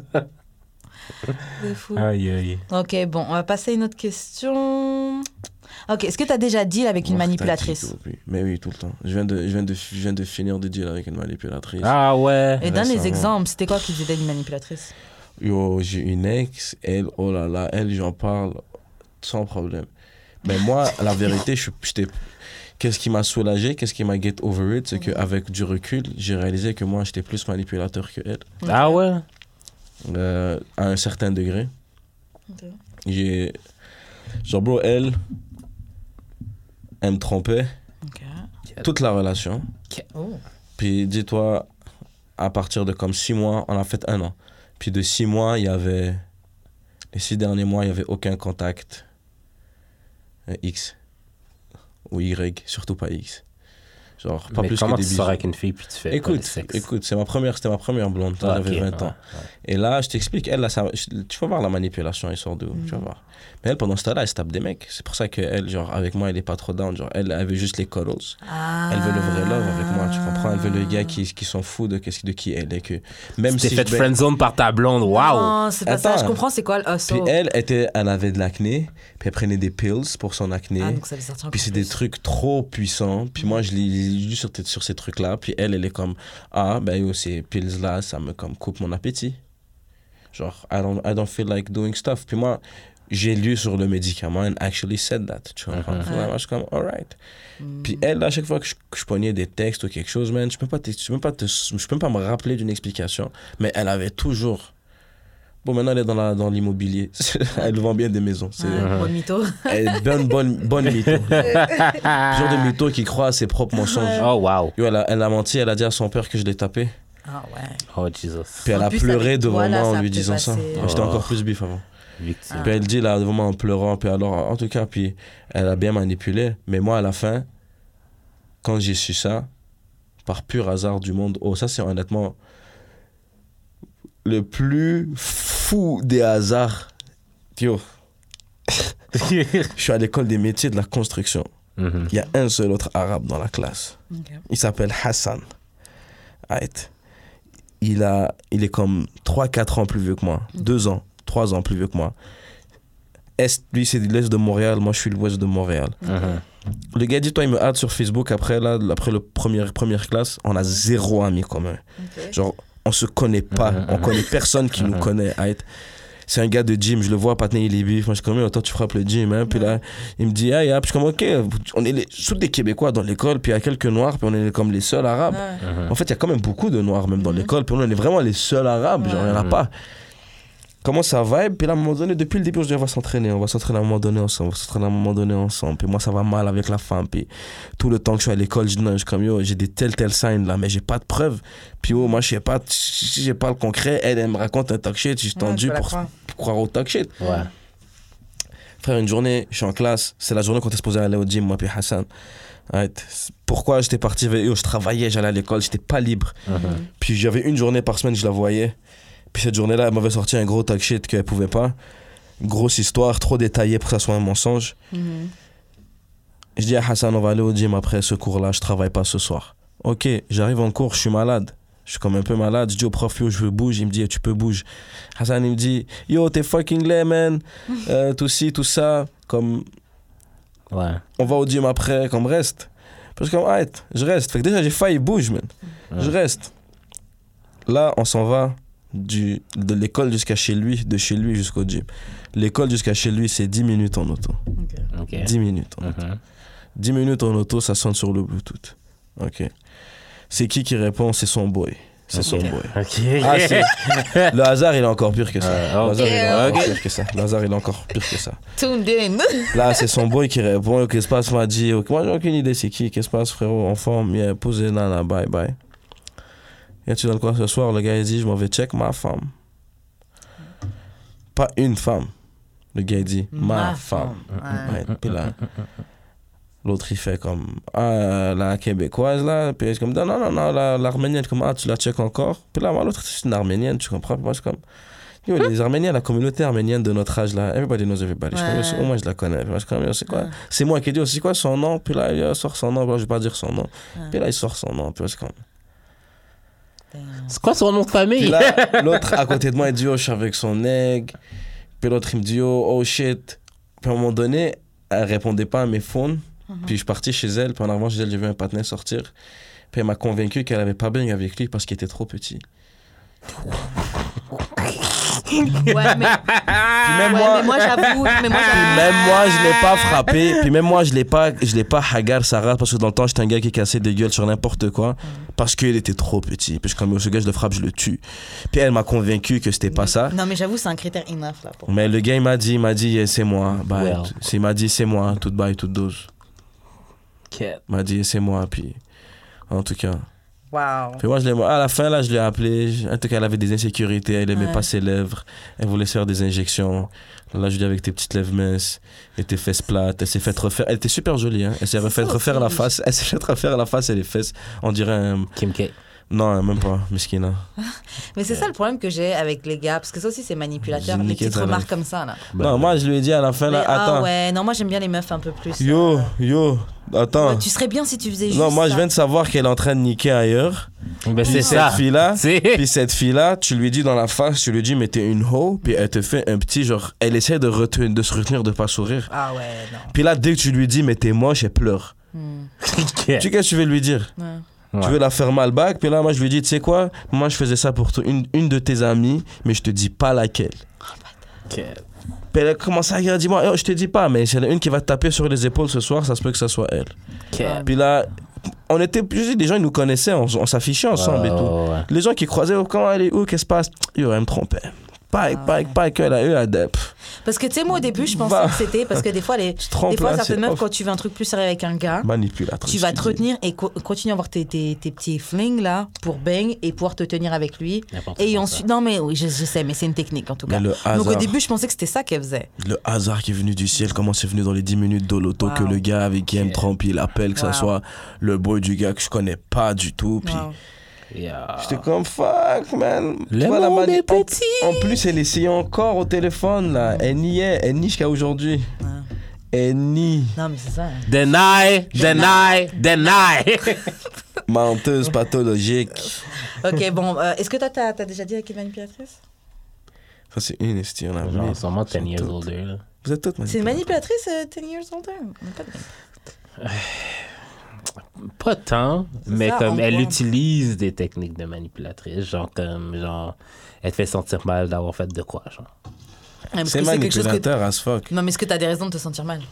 C'est fou. Aïe, aïe. Ok, bon, on va passer à une autre question. Ok, est-ce que tu as déjà deal avec une Oh, manipulatrice? t'as dit, oui. Mais oui, tout le temps. Je viens de, je viens de, je viens de finir de deal avec une manipulatrice. Ah ouais. Et donne les récemment. exemples, c'était quoi qui faisait une manipulatrice? Yo, j'ai une ex, elle, oh là là, elle, j'en parle sans problème. Mais moi, la vérité, je suis- j'étais. Qu'est-ce qui m'a soulagé, qu'est-ce qui m'a get over it, c'est qu'avec du recul, j'ai réalisé que moi, j'étais plus manipulateur que elle, Ah ouais. euh, à un certain degré. Ok. J'ai. Genre, bro, elle. Elle me trompait Ok. toute la relation. Oh. Puis dis-toi, à partir de comme six mois, on a fait un an. Puis de six mois, il y avait. Les six derniers mois, il n'y avait aucun contact. euh, X. Ou Y, surtout pas X. Genre, pas Mais plus comment que tu des sors bisous. avec une fille puis tu fais pas de Écoute, sexe? écoute, c'est ma première, c'était ma première blonde. Ah, J'avais ok, vingt ans. ouais, ouais. Et là, je t'explique, elle, là, ça, je- tu vas voir la manipulation, elle sort de où, tu vas voir. Mais elle, pendant ce temps-là, elle se tape des mecs. C'est pour ça qu'elle, genre, avec moi, elle est pas trop down. Genre, elle, elle veut juste les cuddles. Ah. Elle veut le vrai love avec moi, tu comprends? Elle veut le gars qui, qui s'en fout de, qu'est-ce- de qui elle est. Que même Tu t'es si fait je- friendzone par ta blonde, waouh! Non, c'est pas ça, Attends. je comprends c'est quoi le Puis hustle. elle, était, elle avait de l'acné, puis elle prenait des pills pour son acné. Ah, donc ça veut sortir encore Puis c'est des plus. trucs trop puissants. Puis moi, je les, résidus sur, tes- sur ces trucs-là. Puis elle, elle est comme, ah, ben yo, ces pills-là, ça me comme, coupe mon appétit. Genre, I don't, I don't feel like doing stuff. Puis moi, j'ai lu sur le médicament and actually said that. Tu comprends? Mhm. Là, moi, je suis comme, alright. Puis elle, à chaque fois que je, que je pognais des textes ou quelque chose, man, je peux pas, te- je peux pas, te- je peux même pas me rappeler d'une explication. Mais elle avait toujours. Bon, maintenant, elle est dans, la, dans l'immobilier. Elle vend bien des maisons. C'est, Ouais, bonne mytho. elle est bonne, bonne, bonne mytho. Genre de mytho qui croit à ses propres mensonges. Oh, wow. Yo, elle, a, elle a menti, elle a dit à son père que je l'ai tapé. Ah ouais. Oh, Jesus. Puis elle En a plus, pleuré avec devant toi, là, moi en ça lui peut disant ça. passer. J'étais Oh. encore plus bif avant. Victime. Ah. Puis elle dit là devant moi en pleurant. Puis alors, en tout cas, puis elle a bien manipulé. Mais moi, à la fin, quand j'ai su ça, par pur hasard du monde, oh, ça c'est honnêtement le plus fou des hasards. Yo, je suis à l'école des métiers de la construction. Mhm. Il y a un seul autre arabe dans la classe. Ok. Il s'appelle Hassan. Right. Il, a, il est comme trois quatre ans plus vieux que moi. deux ans, trois ans plus vieux que moi. Est, lui, c'est de l'Est de Montréal. Moi, je suis l'Ouest de Montréal. Mhm. Le gars dit, toi, il me hâte sur Facebook après, là, après le première, première classe. On a zéro ami commun. Ok. Genre, on se connaît pas. Mhm, On mhm. connaît personne qui nous Mhm. connaît. Right. C'est un gars de gym, je le vois, Patnais, il est bif. Moi, je suis comme, toi, tu frappes le gym. Hein? Puis là, il me dit, ah, yeah. Puis je suis comme, ok, on est les, tous des Québécois dans l'école, puis il y a quelques Noirs, puis on est comme les seuls Arabes. Ouais. Mhm. En fait, il y a quand même beaucoup de Noirs, même dans Mhm. l'école, puis on est vraiment les seuls Arabes, genre, il n'y en a Mhm. pas. Comment ça vibe? Puis là, à un moment donné, depuis le début, je dis, on va s'entraîner, on va s'entraîner à un moment donné ensemble, on va s'entraîner à un moment donné ensemble. Puis moi, ça va mal avec la femme. Puis tout le temps que je suis à l'école, je dis, non, je suis comme, yo, j'ai des tels, tels signs là, mais j'ai pas de preuves. Puis oh, moi, je sais pas, si j'ai pas le concret, elle, elle me raconte un talk shit, je suis Ouais, tendu tu peux la pour, croire. pour croire au talk shit. Ouais. Frère, une journée, je suis en classe, c'est la journée qu'on était supposé aller au gym, moi, puis Hassan. Right. Pourquoi j'étais parti avec eux? Je travaillais, j'allais à l'école, j'étais pas libre. Mhm. Puis j'avais une journée par semaine, je la voyais. Puis cette journée-là, elle m'avait sorti un gros talk shit qu'elle pouvait pas. Une grosse histoire, trop détaillée pour que ça soit un mensonge. Mhm. Je dis à Hassan, on va aller au gym après ce cours-là, je travaille pas ce soir. Ok, j'arrive en cours, je suis malade. Je suis comme un peu malade. Je dis au prof, yo, je veux bouger. Il me dit, tu peux bouger. Hassan, il me dit, yo, t'es fucking laid, man. Euh, tout ci, tout ça. Comme, Ouais. on va au gym après, comme reste. Parce que comme, arrête, je reste. Fait que déjà, j'ai failli bouger, man. Ouais. Je reste. Là, on s'en va du, de l'école jusqu'à chez lui, de chez lui jusqu'au gym. L'école jusqu'à chez lui, c'est dix minutes en auto. Ok. Ok. dix minutes. en auto. Mhm. dix minutes en auto, ça sonne sur le Bluetooth. Ok. C'est qui qui répond? C'est son boy. C'est Ok. son boy. Ok. Ah, c'est... Le hasard, il est encore pire que ça. Euh, Le hasard, il est ok. encore pire que ça. Le hasard, il est encore pire que ça. Tuned in. Là, c'est son boy qui répond. Qu'est-ce qui se passe? M'a dit. Ok, moi, j'ai aucune idée, c'est qui. Qu'est-ce qui se passe, frérot? En forme. Yeah, posez, nana, bye, bye. Et tu donnes quoi ce soir? Le gars, il dit, je m'en vais check ma femme. Pas une femme. Le gars, il dit, ma, femme. Ouais. Ouais, puis là, l'autre, il fait comme, ah, la québécoise, là. Puis je suis comme, non, non, non, non, la- l'arménienne, comme, ah, tu la check encore. Puis là, moi, l'autre, c'est une arménienne, tu comprends? Puis moi, je suis comme, yo, les arméniens, la communauté arménienne de notre âge, là, everybody knows everybody. Je suis comme, Ouais. au moins, je la connais. Puis moi, je suis comme, yo, c'est quoi? Ouais. C'est moi qui dis, c'est quoi son nom? Puis là, il sort son nom. Puis là, je vais pas dire son nom. Ouais. Puis là, il sort son nom. Puis là, je suis comme. Damn. C'est quoi son nom de Puis famille? là, l'autre à côté de moi, il dit, oh, je suis avec son egg. Puis l'autre, il me dit, oh, oh shit. Puis à un moment donné, elle répondait pas à mes phones. Puis je suis parti chez elle. Puis en arrivant chez elle, j'ai vu un partenaire sortir. Puis elle m'a convaincu qu'elle avait pas bien avec lui parce qu'il était trop petit. Ouais, mais, Puis même ouais, moi, mais moi j'avoue, mais moi puis j'avoue. même moi, je l'ai pas frappé. Puis même moi, je l'ai pas, je l'ai pas hagar Sarah parce que dans le temps, j'étais un gars qui cassait des gueules sur n'importe quoi parce qu'il était trop petit. Puis je suis comme, ce gars, je le frappe, je le tue. Puis elle m'a convaincu que c'était pas ça. Non, mais j'avoue, c'est un critère enough là. Pour... Mais le gars, il m'a dit, il m'a dit, eh, c'est moi. Bah, Well. c'est- il m'a dit, c'est moi, toute baille, toute dose. Ok. Il m'a dit, c'est moi. Puis, en tout cas. Waouh. Puis moi, je l'ai, à la fin, là, je l'ai appelé. En tout cas, elle avait des insécurités. Elle aimait Ouais. pas ses lèvres. Elle voulait se faire des injections. Là, je lui ai dit, avec tes petites lèvres minces et tes fesses plates. Elle s'est fait refaire. Elle était super jolie, hein. Elle s'est fait ça refaire aussi. la face. Elle s'est fait refaire la face et les fesses. On dirait un. Kim K. Non, même pas. Miskina. Mais c'est ça le problème que j'ai avec les gars, parce que ça aussi c'est manipulateur, J'ai les niqué petites ta remarques life. comme ça là. Non, moi, je lui ai dit à la fin, Mais, là, attends. ah ouais, non, moi j'aime bien les meufs un peu plus. Yo, euh, yo, attends. ouais, tu serais bien si tu faisais juste Non, moi, ça. je viens de savoir qu'elle est en train de niquer ailleurs. Ben, c'est Puis ça. cette fille-là, C'est. puis cette fille-là, tu lui dis dans la face, tu lui dis, mais t'es une hoe, puis elle te fait un petit genre, elle essaie de, retenir, de se retenir de pas sourire. Ah ouais, non. Puis là, dès que tu lui dis, mais t'es moche, elle pleure. Hmm. Tu sais qu'est-ce que tu veux lui dire? Ouais. Ouais. Tu veux la faire mal back, puis là, moi, je lui dis, tu sais quoi? Moi, je faisais ça pour toi, une, une de tes amies, mais je te dis pas laquelle. Ok. Puis elle a commencé à dire, dis-moi, oh, je te dis pas, mais s'il y en a une qui va te taper sur les épaules ce soir, ça se peut que ça soit elle. Ok. Puis là, on était, je dis, les gens, ils nous connaissaient, on, on s'affichait ensemble et tout. Ouais, ouais. Les gens qui croisaient, oh, comment elle est, où, qu'est-ce qui se passe? Yo, elle me trompait. Pas avec, Ah pas avec, pas avec elle, elle a eu Parce que tu sais, moi au début, je pensais Va. que c'était parce que des fois, les, Je trompe des fois là, certaines c'est meufs, off. quand tu veux un truc plus sérieux avec un gars, Manipulatrice. tu vas te retenir et co- continuer à avoir tes, tes, tes petits flings là pour bang et pouvoir te tenir avec lui. N'importe Et quoi, ensuite, non mais oui, je, je sais, mais c'est une technique en tout cas. Mais le Donc au hasard. début, je pensais que c'était ça qu'elle faisait. Le hasard qui est venu du ciel, comment c'est venu dans les dix minutes de l'auto Wow. que le gars avec qui elle me trompe, il appelle, que Wow. ça soit le boy du gars que je connais pas du tout. Puis Wow. Yeah. j'étais comme fuck, man. Le Tu vois, la monde mani- est petit. En, en plus, elle essayait encore au téléphone, là. Elle nie est, elle nie jusqu'à aujourd'hui. Ouais. Elle nie. Non mais c'est ça. hein. Deny, deny, deny. Menteuse pathologique. Ok, bon, euh, est-ce que toi, t'as as déjà dit avec une manipulatrice? Ça, c'est une esti, on a Genre, oublié. sûrement Ils sont ten years toutes- older. Là. Vous êtes toutes C'est une manipulatrices. manipulatrice euh, ten years older? On n'a pas de même. Pas tant, mais ça, comme on elle voit. utilise des techniques de manipulatrice, genre comme genre elle te fait sentir mal d'avoir fait de quoi, genre. Ouais, parce C'est que quelque chose que- manipulateur as fuck. Non mais est-ce que t'as des raisons de te sentir mal?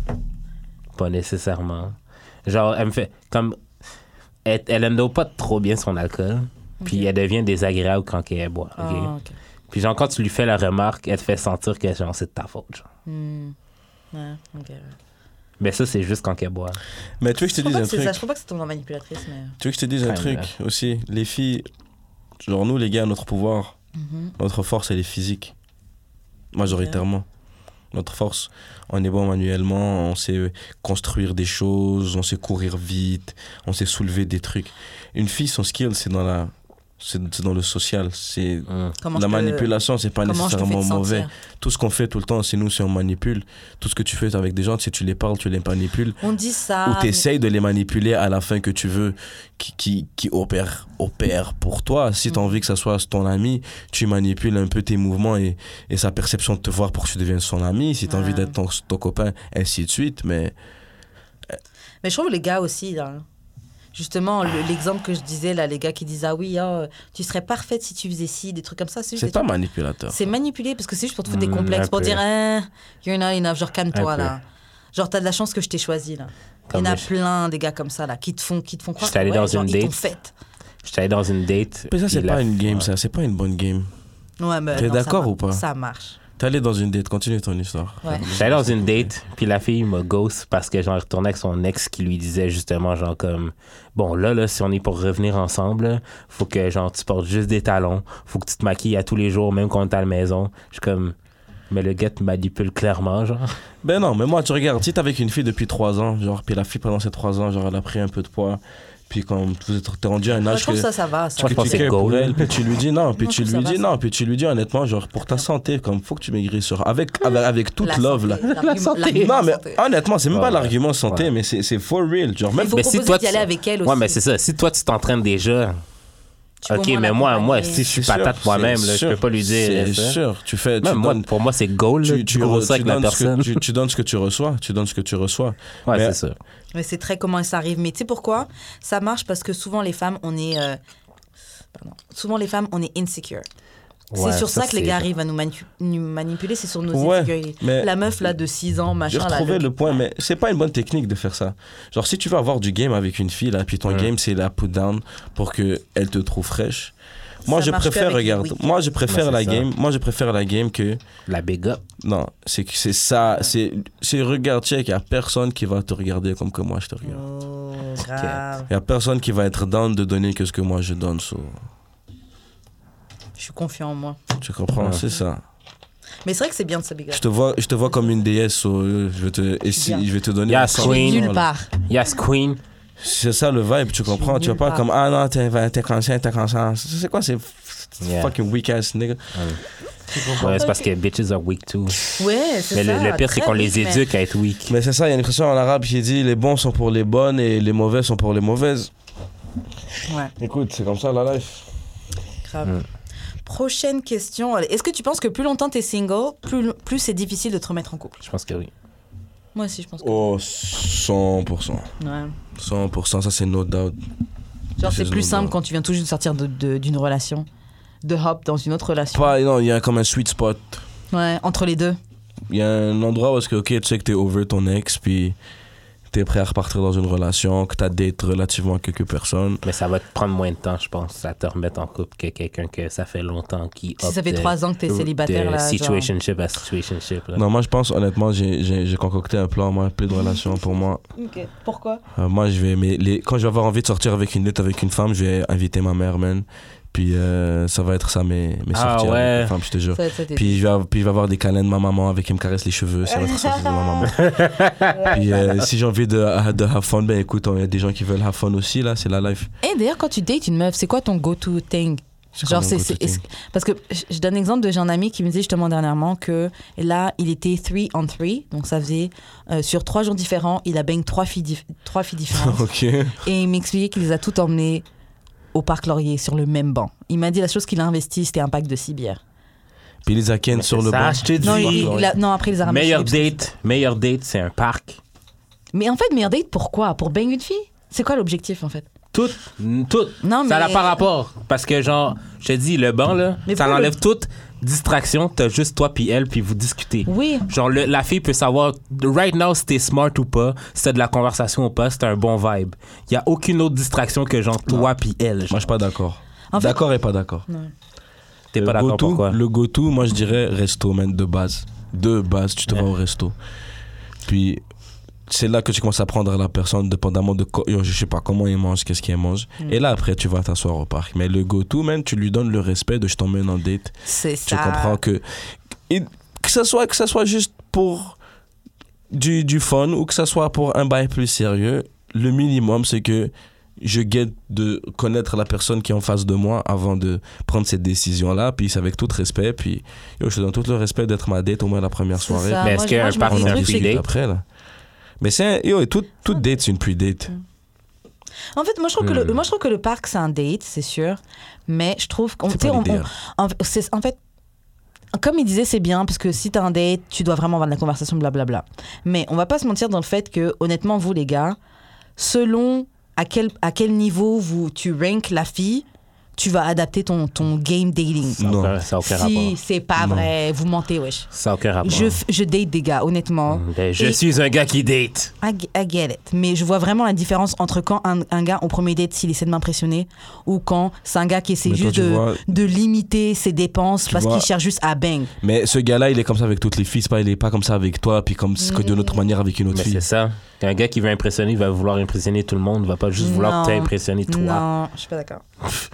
Pas nécessairement. Genre elle me fait comme elle, elle aime pas trop bien son alcool, puis elle devient désagréable quand elle boit. ok? Ah, ok. Puis genre quand tu lui fais la remarque, elle te fait sentir que genre c'est de ta faute, genre. Hmm. Ouais, ok. ouais. Mais ça c'est juste quand elle boit. Mais tu veux que je te Je crois dise pas un que c'est truc? ça, je crois pas que c'est ton manipulatrice, mais. Tu veux que je te dise un Kinda. truc aussi? Les filles, genre nous les gars, notre pouvoir, Mhm. notre force, elle est physique. Majoritairement. Notre force, on est bon manuellement, on sait construire des choses, on sait courir vite, on sait soulever des trucs. Une fille, son skill, c'est dans la... C'est c'est dans le social. C'est Mm. Comment la je te- manipulation, c'est pas comment je te fais nécessairement te mauvais. sentir? Tout ce qu'on fait tout le temps, c'est nous, c'est on manipule. Tout ce que tu fais avec des gens, c'est tu les parles, tu les manipules. On dit ça. Ou mais- tu essayes de les manipuler à la fin que tu veux, qui, qui, qui opère, opère pour toi. Si tu as envie que ça soit ton ami, tu manipules un peu tes mouvements et, et sa perception de te voir pour que tu deviennes son ami. Si tu as Ouais. envie d'être ton, ton copain, ainsi de suite. Mais Mais je trouve les gars aussi, là. Justement, le- l'exemple que je disais, là, les gars qui disent ah oui, oh, tu serais parfaite si tu faisais ci, des trucs comme ça. C'est juste c'est des pas trucs- manipulateur. C'est manipulé parce que c'est juste pour te foutre des Mm, complexes, un pour peu. dire hein, you're not enough, genre calme-toi Un peu. là. Genre t'as de la chance que je t'ai choisi là. Il y Comme en a je- plein des gars comme ça là qui te font, qui te font croire J'étais allé que, ouais, dans genre, une ils t'ont date. fait. J'étais allé dans une date. Mais ça, c'est puis pas la- une game, ouais. ça. C'est pas une bonne game. Ouais, mais T'es non, ça d'accord mar- ou pas? Ça marche. T'es allé dans une date, continue ton histoire. Ouais. J'étais allé dans une date, puis la fille me ghost parce que j'en retournais avec son ex qui lui disait justement, genre, comme, bon, là, là, si on est pour revenir ensemble, là, faut que, genre, tu portes juste des talons, faut que tu te maquilles à tous les jours, même quand on est à la maison. Je suis comme, mais le gars te manipule clairement, genre. Ben non, mais moi, tu regardes, si t'es avec une fille depuis trois ans, genre, puis la fille pendant ces trois ans, genre, elle a pris un peu de poids, puis quand vous êtes t'es rendu à un Moi, âge je trouve que, ça, ça va. Ça. Moi, je que pense tu que c'est cares pour goal. elle, puis tu lui dis non, puis Moi, je tu trouve lui ça dis va, non, puis tu lui dis honnêtement, genre, pour ta santé, comme, faut que tu maigrisses, sur avec, avec, avec toute La love, là. santé, l'argument- santé. l'argument Non, mais santé. honnêtement, c'est même Ouais, pas ouais. l'argument santé, Ouais. mais c'est c'est for real, genre, même Il faut Mais si proposer toi, d'y tu- aller avec elle aussi. Ouais, mais c'est ça. Si toi, tu t'entraînes déjà, Tu peux au ok, moins mais moi, moi, l'accompagner. si je suis C'est sûr, patate moi-même, c'est là, je sûr, peux pas lui dire. C'est ça. sûr, tu fais, tu Même moi, donnes, pour moi, c'est goal, là, tu, tu, tu, gros re- ça tu avec la donnes ce que, personne. tu, tu donnes ce que tu reçois, tu donnes ce que tu reçois. Ouais, Mais- c'est ça. Mais c'est très comment ça arrive. Mais tu sais pourquoi? Ça marche parce que souvent les femmes, on est. euh, Pardon. Souvent les femmes, on est insecure. Ouais, c'est sur ça, que les c'est- gars arrivent à nous, manu- nous manipuler, c'est sur nos Ouais, insécurités. mais- La meuf là de six ans, J'ai machin. là, retrouvé le- le point, mais c'est pas une bonne technique de faire ça. Genre, si tu veux avoir du game avec une fille, là, puis ton Ouais. game, c'est la put down pour qu'elle te trouve fraîche. Moi, Ça je marche que préfère, avec les regarde, week-ends. moi, je préfère Ouais, la c'est ça. game, moi, je préfère la game que, La big up. non, c'est que c'est ça, c'est, c'est regarde, check, y a personne qui va te regarder comme que moi je te regarde. Oh, grave. Y a personne qui va être down de donner que ce que moi je donne, so. Je suis confiant en moi. Tu comprends, Ouais. c'est ça. Mais c'est vrai que c'est bien de se big up. Je te vois, je te vois comme une déesse, so, euh, je vais te, et si, Bien. je vais te donner. Yes, un Je suis corps. Queen. nulle Voilà. part. Yes, Queen. C'est ça le vibe, tu comprends. Tu vas nulle pas part. comme ah non, t'es, t'es conscient, t'es conscient. C'est quoi ces f- Yeah. fucking weak ass nigga? Ouais, c'est parce que bitches are weak too. Ouais, c'est Mais ça. le, le pire, c'est très qu'on les weak, mais- éduque à être weak. Mais c'est ça, il y a une expression en arabe qui dit les bons sont pour les bonnes et les mauvais sont pour les mauvaises. Ouais, Écoute, c'est comme ça la life. grave. Mm. Prochaine question. Allez, est-ce que tu penses que plus longtemps t'es single, plus, plus c'est difficile de te remettre en couple? Je pense que oui. Moi aussi, je pense que. Oh, cent pour cent. Ouais. cent pour cent, ça c'est no doubt. Genre, c'est There's plus no simple doubt. quand tu viens tout juste de sortir de, de- d'une relation, de hop dans une autre relation. Pas, non, il y a comme un sweet spot. Ouais, entre les deux. Il y a un endroit où est-ce que, ok, tu sais que t'es over ton ex, puis t'es prêt à repartir dans une relation, que t'as date relativement quelques personnes. Mais ça va te prendre moins de temps, je pense, à te remettre en couple que quelqu'un que ça fait longtemps qui Si ça opte fait de- trois ans que t'es de célibataire, là. Genre... situationship à situationship. Là. Non, moi je pense, honnêtement, j'ai, j'ai, j'ai concocté un plan, moi, plus de relations pour moi. Ok. Pourquoi? Euh, moi, je vais, mais les, quand je vais avoir envie de sortir avec une date avec une femme, je vais inviter ma mère, man. Puis euh, ça va être ça, mes, mes Ah, sorties ouais. avec une femme, je te jure. Ça va être ça, tes- Puis je, vais, puis je vais avoir des câlins de ma maman avec qui elle me caresse les cheveux. Ça va être ça de ma maman. Puis euh, si j'ai envie de, de have fun, ben écoute, il y a des gens qui veulent have fun aussi, là, c'est la life. Et d'ailleurs, quand tu dates une meuf, c'est quoi ton go-to thing? C'est Genre, quoi mon c'est, go-to c'est- thing? est-ce- parce que je je donne l'exemple de j'ai un ami qui me disait justement dernièrement que là, il était three on three, donc ça faisait euh, sur trois jours différents, il a bang trois filles, dif- trois filles différentes. Ok. Et il m'expliquait qu'il les a toutes emmenées au parc Laurier sur le même banc. Il m'a dit la chose qu'il a investi, c'était un pack de six bières. Puis les Aken Mais sur c'est le ça, banc. je te dis. Non, parc il- il Laurier. a- non, après, il les a ramenés Meilleur chez lui, parce date, meilleur date, c'est un parc. que- Mais en fait, meilleur date, pourquoi? Pour bang une fille? C'est quoi l'objectif, en fait? Tout, tout. Non, Ça n'a mais- pas rapport. Parce que, genre, je te dis, le banc, là, Mais ça pourquoi enlève le- toute distraction. T'as juste toi puis elle, puis vous discutez. Oui. Genre, le- la fille peut savoir, right now, si t'es smart ou pas, si t'as de la conversation ou pas, si t'as un bon vibe. Il y a aucune autre distraction que, genre, toi puis elle. Moi, genre. je suis pas d'accord. En fait- D'accord et pas d'accord. T'es Le pas d'accord go-to- pourquoi? Le go-to, moi, je dirais resto, man, de base. De base, tu te Ouais. vas au resto. Puis, c'est là que tu commences à prendre la personne, dépendamment de quoi, je sais pas comment il mange, qu'est-ce qu'il mange. Mm. Et là, après, tu vas t'asseoir au parc. Mais le go-to, man, tu lui donnes le respect de je t'emmène en date. C'est Tu ça. comprends que. et que ça soit, que ça soit juste pour du, du fun ou que ça soit pour un bail plus sérieux, le minimum, c'est que je guette de connaître la personne qui est en face de moi avant de prendre cette décision-là. Puis c'est avec tout respect. Puis yo, je te donne tout le respect d'être ma date au moins la première C'est soirée. ça. Mais Moi, est-ce je- moi, qu'un je me parc, dis c'est le un truc, c'est que- pre-date? Après, là. Mais c'est un. Yo, et toute toute date, c'est une pre-date. En fait, moi je, trouve que Hmm. le, moi, je trouve que le parc, c'est un date, c'est sûr. Mais je trouve qu'on. C'est tu sais, pas on- l'idéal. on- en, c'est- en fait, comme il disait, c'est bien, parce que si t'as un date, tu dois vraiment avoir de la conversation, blablabla. Mais on va pas se mentir dans le fait que, honnêtement, vous, les gars, selon à quel, à quel niveau vous, tu rank la fille, tu vas adapter ton, ton game dating. Ça n'a Non. aucun, ça a aucun Si, rapport. c'est pas Non. vrai, vous mentez, wesh. Ça n'a aucun rapport. Je, f- je date des gars, honnêtement. Ben, je Et- suis un gars qui date. I, g- I get it. Mais je vois vraiment la différence entre quand un, un gars, au premier date, s'il essaie de m'impressionner, ou quand c'est un gars qui essaie Mais toi, juste tu de, vois- de limiter ses dépenses Tu parce vois- qu'il cherche juste à bang. Mais ce gars-là, il est comme ça avec toutes les filles. C'est pas, il est pas comme ça avec toi, puis comme que d'une autre manière avec une autre Mais fille. c'est ça. Un gars qui veut impressionner, il va vouloir impressionner tout le monde. Il va pas juste vouloir Non. t'impressionner toi. Non, je suis pas d'accord.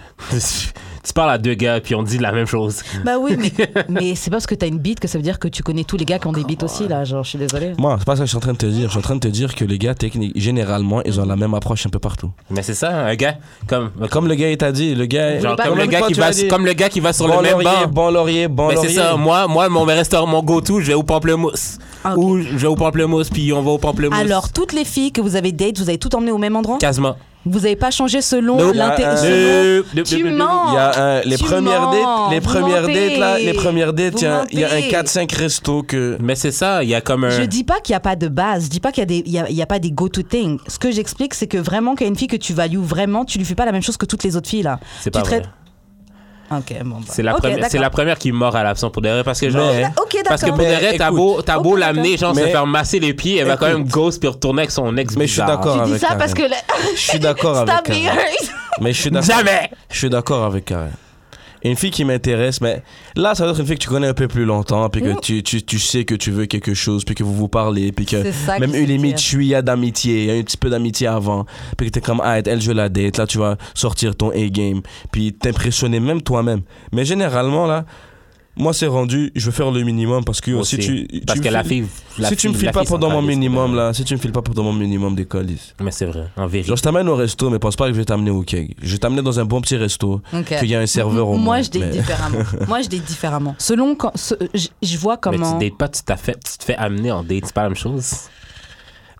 Tu parles à deux gars, puis on dit la même chose. Bah oui, mais, mais c'est pas parce que t'as une bite que ça veut dire que tu connais tous les gars qui ont des bites aussi, là. Genre, je suis désolée. Moi, c'est pas ça que je suis en train de te dire. Je suis en train de te dire que les gars, techniques, généralement, ils ont la même approche un peu partout. Mais c'est ça, un gars comme. Comme le gars, il t'a dit, le gars. Genre, bah, comme, le comme gars toi, qui tu va, as dit, comme le gars qui va sur bon le même laurier, banc. bon laurier, bon Mais laurier. c'est ça, moi, moi, mon restaurant, mon go-to, je vais au Pamplemousse. Ah, ok. Ou je vais au Pamplemousse, puis on va au Pamplemousse. Alors, toutes les filles que vous avez date, vous avez toutes emmenées au même endroit? Quasiment. Vous avez pas changé selon Nope. l'intérêt. Il y a un- Nope, nope, Tu nope, nope, mens. Il y a un- les Tu premières mens, dates, les vous premières mentez. dates là, les premières dates, Vous il y a un- il y a un mentez. quatre cinq restos que. Mais c'est ça, il y a comme un. Je dis pas qu'il y a pas de base, je dis pas qu'il y a des, il y a, il y a pas des go-to things. Ce que j'explique, c'est que vraiment, qu'il y a une fille que tu values vraiment, tu lui fais pas la même chose que toutes les autres filles là. C'est pas tu vrai. traites- Ok, bon. Bah. C'est la, Ok, première- c'est d'accord. la première qui mord à l'absent pour de vrai. Parce que, genre. Mais- Ok, d'accord. Parce que pour de Mais vrai, t'as écoute. beau, t'as beau Ok, l'amener, genre, se Mais- faire masser les pieds, elle va quand même Écoute. ghost puis retourner avec son ex. Mais je suis bizarre. d'accord. Tu dis avec ça Karen. parce que. la- Je suis d'accord avec Stop being Karen. hurt. Mais je suis d'accord. Jamais! Je suis d'accord avec Karen. Une fille qui m'intéresse, mais là, ça doit être une fille que tu connais un peu plus longtemps, puis que Mm. tu, tu, tu sais que tu veux quelque chose, puis que vous vous parlez, puis que C'est ça même qui une se limite, tire. je suis, il y a d'amitié, il y a un petit peu d'amitié avant, puis que t'es comme, ah, elle, je la date, là, tu vas sortir ton A-game, puis t'impressionner même toi-même. Mais généralement, là, moi, c'est rendu, je veux faire le minimum, parce que Moi si aussi. tu... Parce tu que me la files- fille. la si tu me fille- files la pas fille pendant mon centraliste, minimum, c'est là, si tu me files pas pendant mon minimum des colis. Mais c'est vrai, en vérité. Genre, je t'amène au resto, mais pense pas que je vais t'amener au keg. Je vais t'amener dans un bon petit resto, Ok. qu'il y a un serveur au moins. Moi, je date mais- différemment. Moi, je date différemment. Selon quand, ce- je, je vois Mais comment. tu dates pas, tu, t'as fait, tu te fais amener en date, c'est pas la même chose.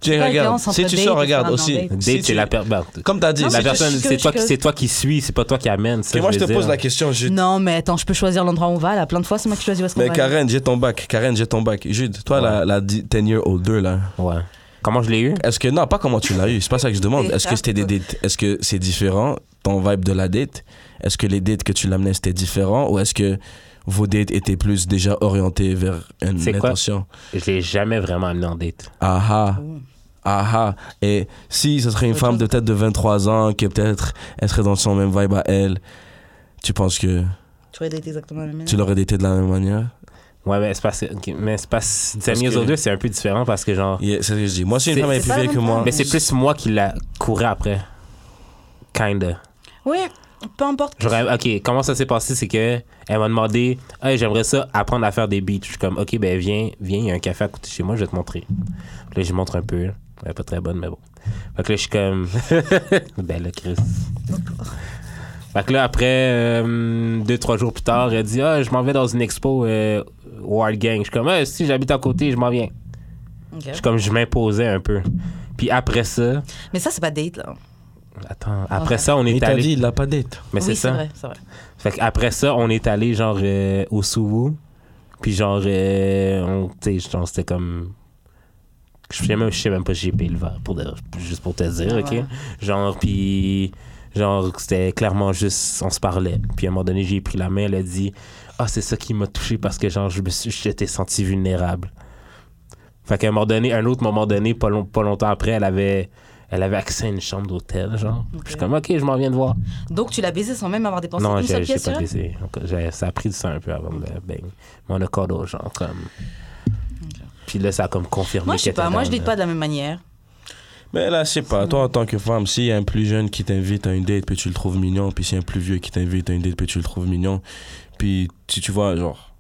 Tu Quoi, regardes, différence si entre tu date sors, et regarde faire un aussi. date? Date, si c'est tu- la personne. Comme t'as dit, Non, La mais personne, je- je- c'est je- toi, je- c'est toi qui suis, c'est pas toi qui amène. Ça, Ok, moi, je veux te pose dire. la question, Jude. Non, mais attends, je peux choisir l'endroit où on va, là. Plein de fois, c'est moi qui choisis où est-ce qu'on Mais va. Karen, j'ai ton bac. Karen, j'ai ton bac. Jude, toi, Ouais. la, la dix year older, là. Ouais. Comment je l'ai eu? Est-ce que, non, pas comment tu l'as eu, c'est pas ça que je demande. C'est Est-ce que c'était des dates, est-ce que c'est différent, ton vibe de la date? Est-ce que les dates que tu l'amenais, c'était différent? Ou est-ce que vos dates étaient plus déjà orientées vers une C'est quoi? intention? Je l'ai jamais vraiment amené en date. Ah ah. Oh. Ah ah. Et si ce serait une Autre femme chose. de peut-être de vingt-trois ans, qui peut-être, elle serait dans son même vibe à elle, tu penses que Tu aurais daté exactement la même manière. tu l'aurais daté de la même manière? Ouais, mais c'est pas, ok, mais c'est pas, Dix que- aux deux, c'est un peu différent parce que genre, Yeah, c'est ce que je dis. Moi, si une C'est- femme est c'est plus pas vieille la que même moi. femme. mais c'est plus moi qui la courais après. Kinda. Oui, peu importe. Genre, ok, comment ça s'est passé, c'est que elle m'a demandé, hey, j'aimerais ça apprendre à faire des beats. Je suis comme, ok, ben viens, viens, il y a un café à côté de chez moi, je vais te montrer. Puis là, je lui montre un peu. Elle est pas très bonne, mais bon. Fait que là, je suis comme, ben là, Chris. Fait que là, après, euh, deux, trois jours plus tard, elle dit, ah, je m'en vais dans une expo euh, Wild Gang. Je suis comme, ah, si j'habite à côté, je m'en viens. Ok. Je suis comme, je m'imposais un peu. Puis après ça, Mais ça, c'est pas date, là. attends, après Ok. ça, on Il est t'a allé. dit, il l'a pas date. Mais c'est oui, c'est ça. vrai, c'est vrai. Fait qu'après ça, on est allé genre euh, au Souvou. Puis genre, euh, on- tu sais, genre, c'était comme. Je sais même, je sais même pas si j'ai payé le verre, pour de- juste pour te dire, Ah ok? ouais. Genre, puis. Genre, c'était clairement juste. On se parlait. Puis à un moment donné, j'ai pris la main, elle a dit, ah, c'est ça qui m'a touché parce que genre, je me suis, j'étais senti vulnérable. Fait qu'à un moment donné, un autre moment donné, pas, long- pas longtemps après, elle avait. Elle avait accès à une chambre d'hôtel, genre. Ok. Je suis comme, ok, je m'en viens de voir. Donc, tu l'as baisé sans même avoir dépensé Non, une j'ai seule j'ai pièce pas sur elle? baissé. Donc, j'ai- Ça a pris du temps un peu avant de bang. Mais on a cuddle, genre, comme. Puis là, ça a comme confirmé. Moi, je sais qu'elle pas. était Moi, je down, date pas de la même manière. Mais là, je sais pas, toi en tant que femme, s'il y a un plus jeune qui t'invite à une date, puis tu le trouves mignon, puis s'il y a un plus vieux qui t'invite à une date, puis tu le trouves mignon, puis tu, tu vois, genre,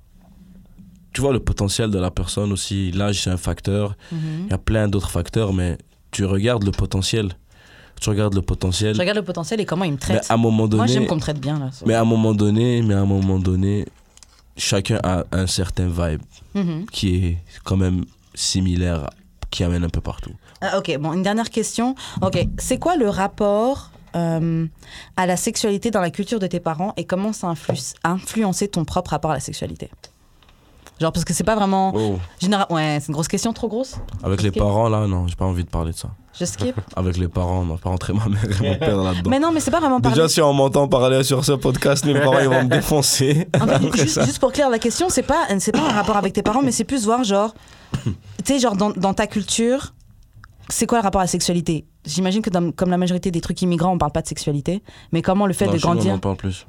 tu vois le potentiel de la personne aussi, l'âge c'est un facteur, il Mhm. y a plein d'autres facteurs, mais tu regardes le potentiel, tu regardes le potentiel, Je regarde le potentiel et comment il me mais traite. à un moment donné, Moi, j'aime qu'on me traite bien, là. ça. mais à un moment donné, mais à un moment donné, chacun a un certain vibe Mhm. qui est quand même similaire, qui amène un peu partout. Ah, ok, bon, une dernière question. Ok, c'est quoi le rapport euh, à la sexualité dans la culture de tes parents et comment ça influ- a influencé ton propre rapport à la sexualité? Genre, parce que c'est pas vraiment. Oh. Général... Ouais, c'est une grosse question, trop grosse. Avec les Ok. parents, là, non, j'ai pas envie de parler de ça. Je skip. Avec les parents, on va pas rentrer ma mère et mon père là-dedans. Mais non, mais c'est pas vraiment parler. Déjà, si on m'entend parler sur ce podcast, mes parents, ils vont me défoncer. En fait, Après juste, ça. juste pour clair la question, c'est pas, c'est pas un rapport avec tes parents, mais c'est plus voir, genre, tu sais, genre, dans, dans ta culture, c'est quoi le rapport à la sexualité? J'imagine que dans- comme la majorité des trucs immigrants, on parle pas de sexualité, mais comment le fait Non, de chez nous, grandir. on en parle plus.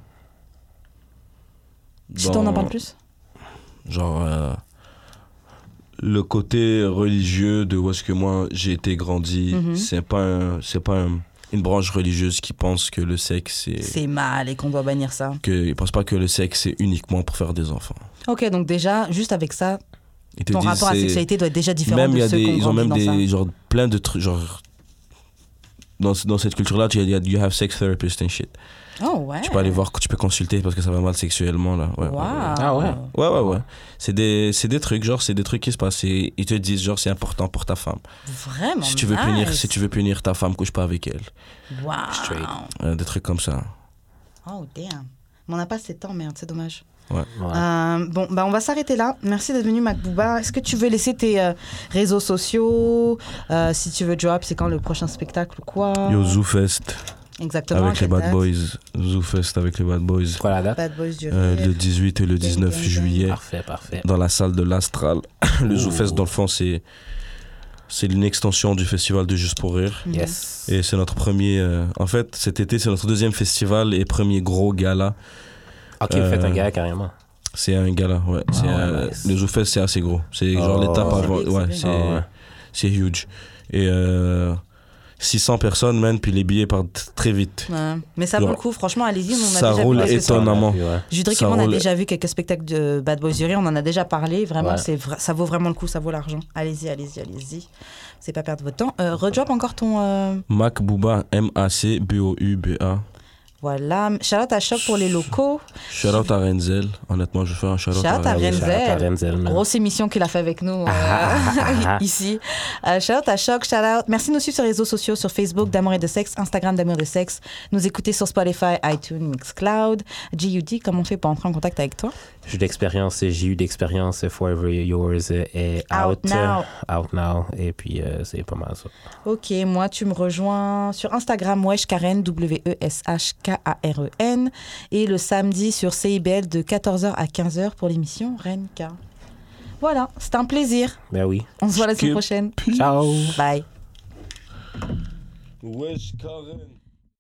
Si toi, on en Dans- parle plus? Genre, euh, le côté religieux de où est-ce que moi j'ai été grandi, Mhm. c'est pas, un- c'est pas un- une branche religieuse qui pense que le sexe, c'est. C'est mal et qu'on doit bannir ça. Que, ils pensent pas que le sexe, c'est uniquement pour faire des enfants. Ok, donc déjà, juste avec ça, Ils te ton disent, rapport à la c'est- sexualité doit être déjà différent Même, il de y a ceux des, qui ils ont même dans des, ça. genre, plein de trucs, genre. Dans, dans cette culture-là, tu y a, you have sex therapist and shit. Oh ouais. Tu peux aller voir, tu peux consulter parce que ça va mal sexuellement, là. Ouais, ouais, Wow. ouais. Ah ouais. Ouais, ouais, ouais. C'est des, c'est des trucs, genre, c'est des trucs qui se passent. et Ils te disent, genre, c'est important pour ta femme. Vraiment. Si tu veux nice. punir, si tu veux punir ta femme, couche pas avec elle. Wow. Straight. Euh, des trucs comme ça. Oh damn. Mais on n'a pas assez de temps, merde, c'est dommage. Ouais. Ouais. Euh, bon, bah on va s'arrêter là. Merci d'être venu, Macbouba. Est-ce que tu veux laisser tes euh, réseaux sociaux euh, si tu veux drop, c'est quand le prochain spectacle ou quoi? Yo, ZooFest Exactement. avec les quelle Bad date? Boys. ZooFest avec les Bad Boys. C'est quoi la date? Bad Boys du Euh, Rire. le dix-huit et le dix-neuf gang, gang. juillet Parfait, parfait. dans la salle de l'Astral. Le Ouh. ZooFest, dans le fond, c'est c'est une extension du festival de Juste pour Rire. Mhm. Yes. Et c'est notre premier. euh, en fait, cet été, c'est notre deuxième festival et premier gros gala. Ok, vous faites Euh, un gars carrément. C'est un gala, ouais. C'est ouais, un- nice. Le ZooFest, c'est assez gros. C'est genre Oh, l'étape c'est avant. big, c'est Ouais, big. c'est Ah ouais. c'est huge. Et euh, six cents personnes, man, puis les billets partent très vite. Ouais. Mais ça vaut Genre, le coup, franchement, allez-y. On en a ça déjà roule vu quelques-uns. étonnamment. Ouais. Judric et Ça moi, on a roule. déjà vu quelques spectacles de Bad Boys du Rire. On en a déjà parlé. Vraiment, Ouais. c'est vra- ça vaut vraiment le coup. Ça vaut l'argent. Allez-y, allez-y, allez-y. C'est pas perdre votre temps. Euh, redrop encore ton. euh, Mac Bouba, M A C B O U B A. Voilà. Shout-out à Choc pour les locaux. Shout-out à Renzel. Honnêtement, je fais un shout-out Shout-out à à Renzel. Shout-out à Renzel. Renzel, man. Grosse émission qu'il a fait avec nous euh, Ah, ah, ah. ici. Euh, shout-out à Choc, shout-out. Merci de nous suivre sur les réseaux sociaux, sur Facebook d'Amour et de Sexe, Instagram d'Amour et de Sexe. Nous écouter sur Spotify, iTunes, Mixcloud. G U D, comment on fait pour entrer en contact avec toi? J'ai eu d'expérience, j'ai eu d'expérience Forever Yours est out, Out now. out now. Et puis, euh, c'est pas mal ça. Ok, moi, tu me rejoins sur Instagram, Wesh Karen, W E S H K A R E N. Et le samedi sur C I B L de quatorze heures à quinze heures pour l'émission Renka. Voilà, c'était un plaisir. Ben oui. On se voit la semaine Skip. prochaine. Ciao. Bye. Wesh, Karen.